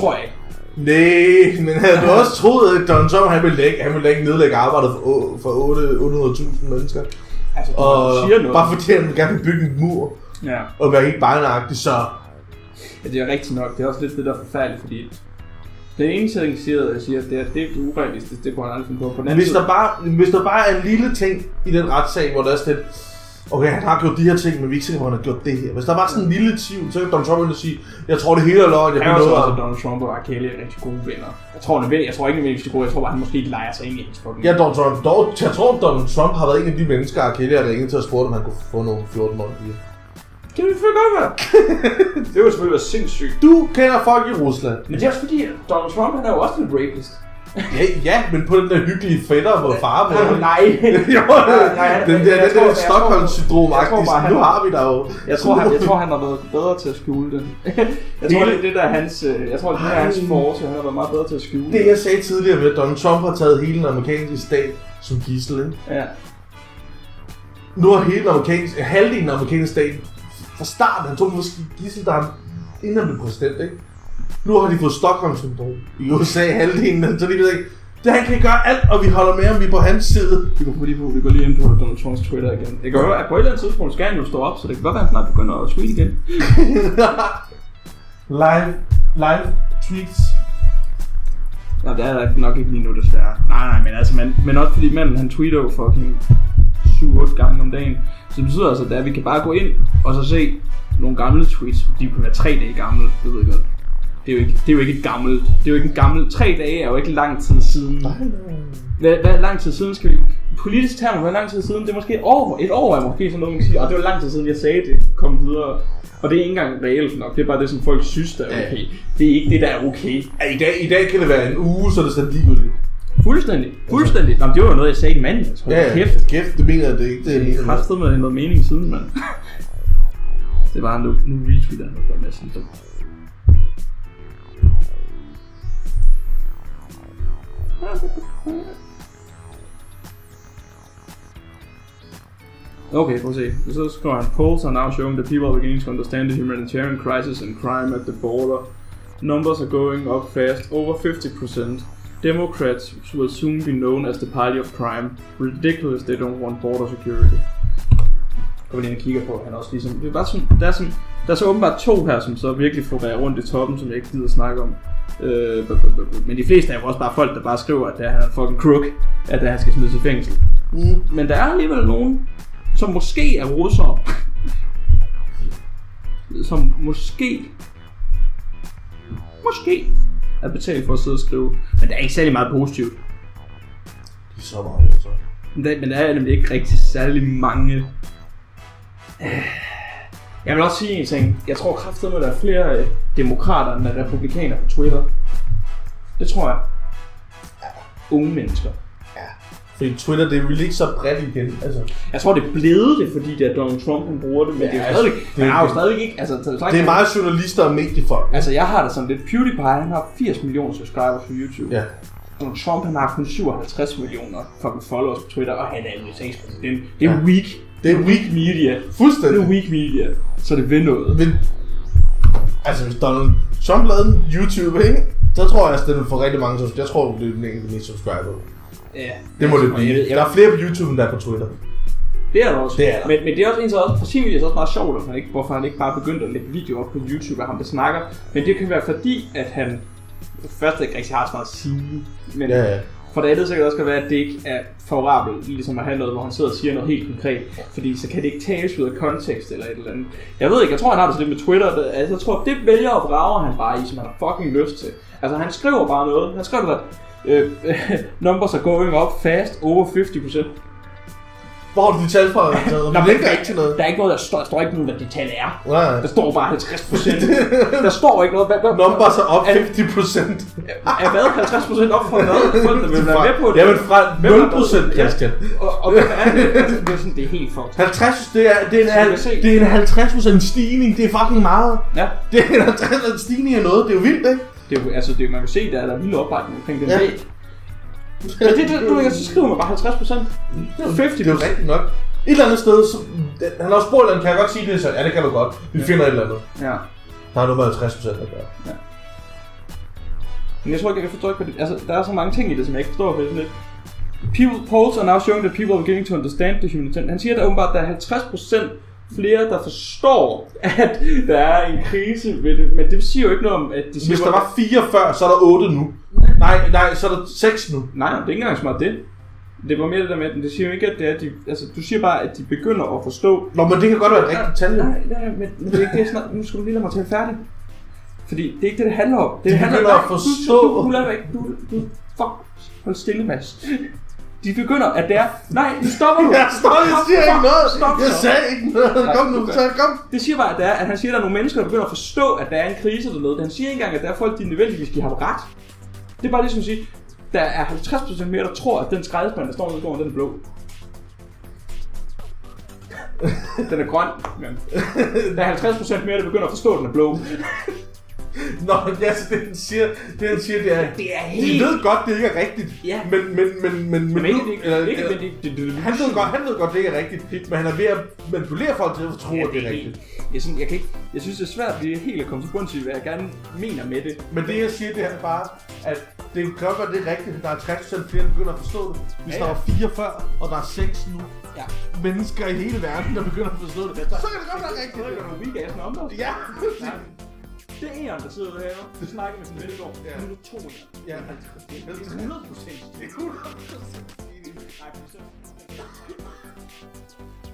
Speaker 3: Nej, men havde du også troet, at Donald Trump han ville ikke nedlægge arbejdet for 800.000 mennesker?
Speaker 2: Altså,
Speaker 3: og
Speaker 2: siger noget.
Speaker 3: Bare fordi han gerne vil bygge en mur, og være ikke barnagtig, så...
Speaker 2: Ja, det er rigtigt nok. Det er også lidt det der forfærdeligt, fordi... Den ene ting, jeg siger, det er urealistisk, det kunne han aldrig finde på.
Speaker 3: Hvis der bare er en lille ting i den retssag, hvor der er sådan okay, han har gjort de her ting, men vi er ikke sikre på, at han har gjort det her. Hvis der var sådan en lille tvivl, så kan Donald Trump sige, jeg tror det hele er løgn, jeg
Speaker 2: kan noget af. Donald Trump og R. Kelly er rigtig gode venner. Jeg tror ikke, at de gode. Jeg tror bare, han måske ikke leger sig ind i hendes fucking...
Speaker 3: Ja, jeg tror, Donald Trump har været en af de mennesker, R. Kelly har ringet til at spørge, om han kunne få nogle 14-årige.
Speaker 2: Det vil selvfølgelig godt være. Det vil selvfølgelig være sindssygt.
Speaker 3: Du kender folk i Rusland.
Speaker 2: Men det er også fordi, Donald Trump han er jo også en rapist.
Speaker 3: Ja, men på den der hyggelige fætter, hvor far med.
Speaker 2: Nej.
Speaker 3: Den der Stockholm-syndrom. Nu har vi der jo.
Speaker 2: Jeg tror, han har været bedre til at skjule den. Jeg tror, det er hans force. Han har været meget bedre til at skjule
Speaker 3: det. Jeg sagde tidligere ved, at Donald Trump har taget hele den amerikanske stat som gidsel, ikke?
Speaker 2: Ja.
Speaker 3: Nu har halvdelen af den amerikanske stat fra starten, han tog måske gidsel, da han inden han blev præsident, ikke? Nu har de fået Stockholm-syndrom i USA, halvdelen, så de ved ikke, det han kan gøre alt, og vi holder med, om vi er på hans side.
Speaker 2: Vi går lige ind på Donald Trumps Twitter igen. Det kan jo, at på et eller andet tidspunkt skal han jo stå op, så det kan godt være, at han snart begynder at tweet igen.
Speaker 3: Live tweets.
Speaker 2: Nå, det er nok ikke lige nu, desværre. Nej, men altså, men også fordi manden, han tweeter jo fucking 7-8 gange om dagen. Så det betyder altså, at vi kan bare gå ind og så se nogle gamle tweets. De kan være 3 dage gamle, det ved jeg godt. Det er jo ikke et gammelt. Det er jo ikke en gammel. 3 dage er jo ikke lang tid siden. Hvad lang tid siden skal vi... Politisk term, hvor lang tid siden? Det er måske et år er måske sådan noget, man kan sige. Og det var lang tid siden, jeg sagde det. Kom videre. Og det er ikke engang reelt nok. Det er bare det, som folk synes, der er okay. Det er ikke det, der er okay.
Speaker 3: I dag kan det være en uge, så er det sådan ligegyldigt.
Speaker 2: Fuldstændig. Nå, det var jo noget, jeg sagde i mandags.
Speaker 3: Kæft, det mener jeg det ikke.
Speaker 2: Det er kraftigt med noget mening siden, mand. Det var nu retweeter han noget med sådan dumt. Okay, prøv at se. Så skriver han, polls are now showing that people are beginning to understand the humanitarian crisis and crime at the border. Numbers are going up fast, over 50%. Democrats will soon be known as the party of crime. Ridiculous, they don't want border security. Går vi lige og kigger på, han også ligesom... Det er bare sådan, der er så åbenbart 2 her, som så virkelig florerer rundt i toppen, som jeg ikke gider at snakke om. Men de fleste er jo også bare folk, der bare skriver, at han er fucking crook, at han skal smides i fængsel. Men der er alligevel nogen, som måske er russere, som måske er betalt for at sidde og skrive, men der er ikke særlig meget positivt.
Speaker 3: Det er så meget russere.
Speaker 2: Men der er nemlig ikke rigtig særlig mange. Jeg vil også sige en ting. Jeg tror kraftedeme, at der er flere demokrater end republikanere på Twitter. Det tror jeg. Unge mennesker.
Speaker 3: Fordi Twitter, det er vel ikke så bredt igen, altså.
Speaker 2: Jeg tror, det er blevet det, fordi det er Donald Trump, han bruger det, men det er jo stadigvæk... Man har jo stadigvæk ikke... Altså,
Speaker 3: det er meget journalister og mediefolk.
Speaker 2: Altså, jeg har det sådan lidt. PewDiePie, han har 80 millioner subscribers på YouTube.
Speaker 3: Ja.
Speaker 2: Donald Trump, han har kun 57 millioner fucking followers på Twitter, og han er USA's præsident. Det er weak.
Speaker 3: Det er weak
Speaker 2: media.
Speaker 3: Fuldstændig.
Speaker 2: Det er weak media, så det vil noget.
Speaker 3: Men, altså, hvis Donald Trump lavede en YouTube, ikke? Så tror jeg, at den vil få rigtig mange subscribers. Jeg tror, det er den enkelte mest subscriber.
Speaker 2: Ja.
Speaker 3: Det må det blive. Der er flere på YouTube, end der er på Twitter.
Speaker 2: Det er der også.
Speaker 3: Det er der.
Speaker 2: Men det er også en, så også, for sin video er også meget sjovt, hvorfor han ikke bare begyndte at lægge videoer op på YouTube af ham, der snakker. Men det kan være fordi, at han først ikke rigtig har så meget at sige. Men for det andet så kan det også være, at det ikke er favorabelt, ligesom at have noget, hvor han sidder og siger noget helt konkret. Fordi så kan det ikke tages ud af kontekst eller et eller andet. Jeg ved ikke, jeg tror han har det så lidt med Twitter. Altså, jeg tror, det vælger og vrager han bare i, som han har fucking lyst til. Altså han skriver bare noget. Han skriver der numbers are going up fast, over 50%.
Speaker 3: Hvor har du de tal fra? Det er ikke til noget.
Speaker 2: Der er ikke noget, der står ikke noget, hvad de tal er.
Speaker 3: Nej.
Speaker 2: Der står bare 50%. Der står ikke noget.
Speaker 3: Numbers are up 50%.
Speaker 2: Er hvad? 50% op fra hvad? Folk, der vil være med på det.
Speaker 3: Jamen fra 0%, Christian.
Speaker 2: Og hvad er det? Det er helt fucked.
Speaker 3: 50, det er en 50% stigning. Det er fucking meget.
Speaker 2: Ja.
Speaker 3: Det er en 50% stigning af noget. Det er jo vildt, ikke?
Speaker 2: Det er jo, altså, man kan se, der er vild opbakning omkring den væg. Men så skriver man bare 50%. Det er 50%.
Speaker 3: Det er jo rigtigt nok. Et eller andet sted, så, han har også spurgt, kan jeg godt sige det? Så, ja, det kan du godt. Vi finder et eller andet.
Speaker 2: Ja.
Speaker 3: Der har noget med 50% at gøre.
Speaker 2: Ja. Men jeg tror ikke, jeg kan forstå ikke, altså, der er så mange ting i det, som jeg ikke forstår for sådan lidt. Polls are now showing that people are beginning to understand the humanitarian. Han siger der åbenbart, at der er 50% flere, der forstår, at der er en krise ved det. Men det siger jo ikke noget om, at de siger...
Speaker 3: Hvis der var 4 før, så er der 8 nu. Nej, så er der 6 nu.
Speaker 2: Nej, det er ikke engang smart det. Det var mere det der med, at det siger jo ikke, at det er de... Altså, du siger bare, at de begynder at forstå...
Speaker 3: Nå, men det kan godt være et rigtigt tal.
Speaker 2: Nej, men det er ikke det, jeg snakker... Nu skal du lige lade mig tale færdig. Fordi det er ikke det handler om.
Speaker 3: Det handler om at forstå...
Speaker 2: Du lader ikke... Du... Fuck. Hold stille, Mads. De begynder, at det er... Nej, nu stopper du!
Speaker 3: Jeg siger ikke noget! Jeg sagde ikke noget! Kom nu, kom!
Speaker 2: Det siger bare, at, at han siger, at der er nogle mennesker, der begynder at forstå, at der er en krise eller noget. Han siger ikke engang, at der er folk, de nødvendigvis skal have ret. Det er bare ligesom at sige, der er 50% mere, der tror, at den skraldespand, der står ude i gården, den er blå. Den er grøn, men der er 50% mere, der begynder at forstå, at den er blå.
Speaker 3: Nå, ja, så det han siger,
Speaker 2: det er helt...
Speaker 3: De ved godt, det ikke er rigtigt.
Speaker 2: Ja.
Speaker 3: Men han ved godt, det ikke er rigtigt. Men han er ved at manipulere folk til at tro, at det er rigtigt.
Speaker 2: Jeg synes, det er svært lige helt at komme til bunds i, hvad jeg gerne mener med det.
Speaker 3: Men det jeg siger, det er bare, at det kan godt være, det er rigtigt. Der er 60% flere, der begynder at forstå det. Hvis der var 4 før, og der er 6 nu. Ja. Mennesker i hele verden, der begynder at forstå det. Så kan det godt være rigtigt.
Speaker 2: Så er det nogle weak-ass numbers.
Speaker 3: Ja.
Speaker 2: Det er eneren, der sidder her. Du snakker med sin ven i går.
Speaker 3: Ja.
Speaker 2: Nu er du 200.
Speaker 3: Ja.
Speaker 2: Det er 100%.
Speaker 3: Det er 100%.
Speaker 2: Nej, for så...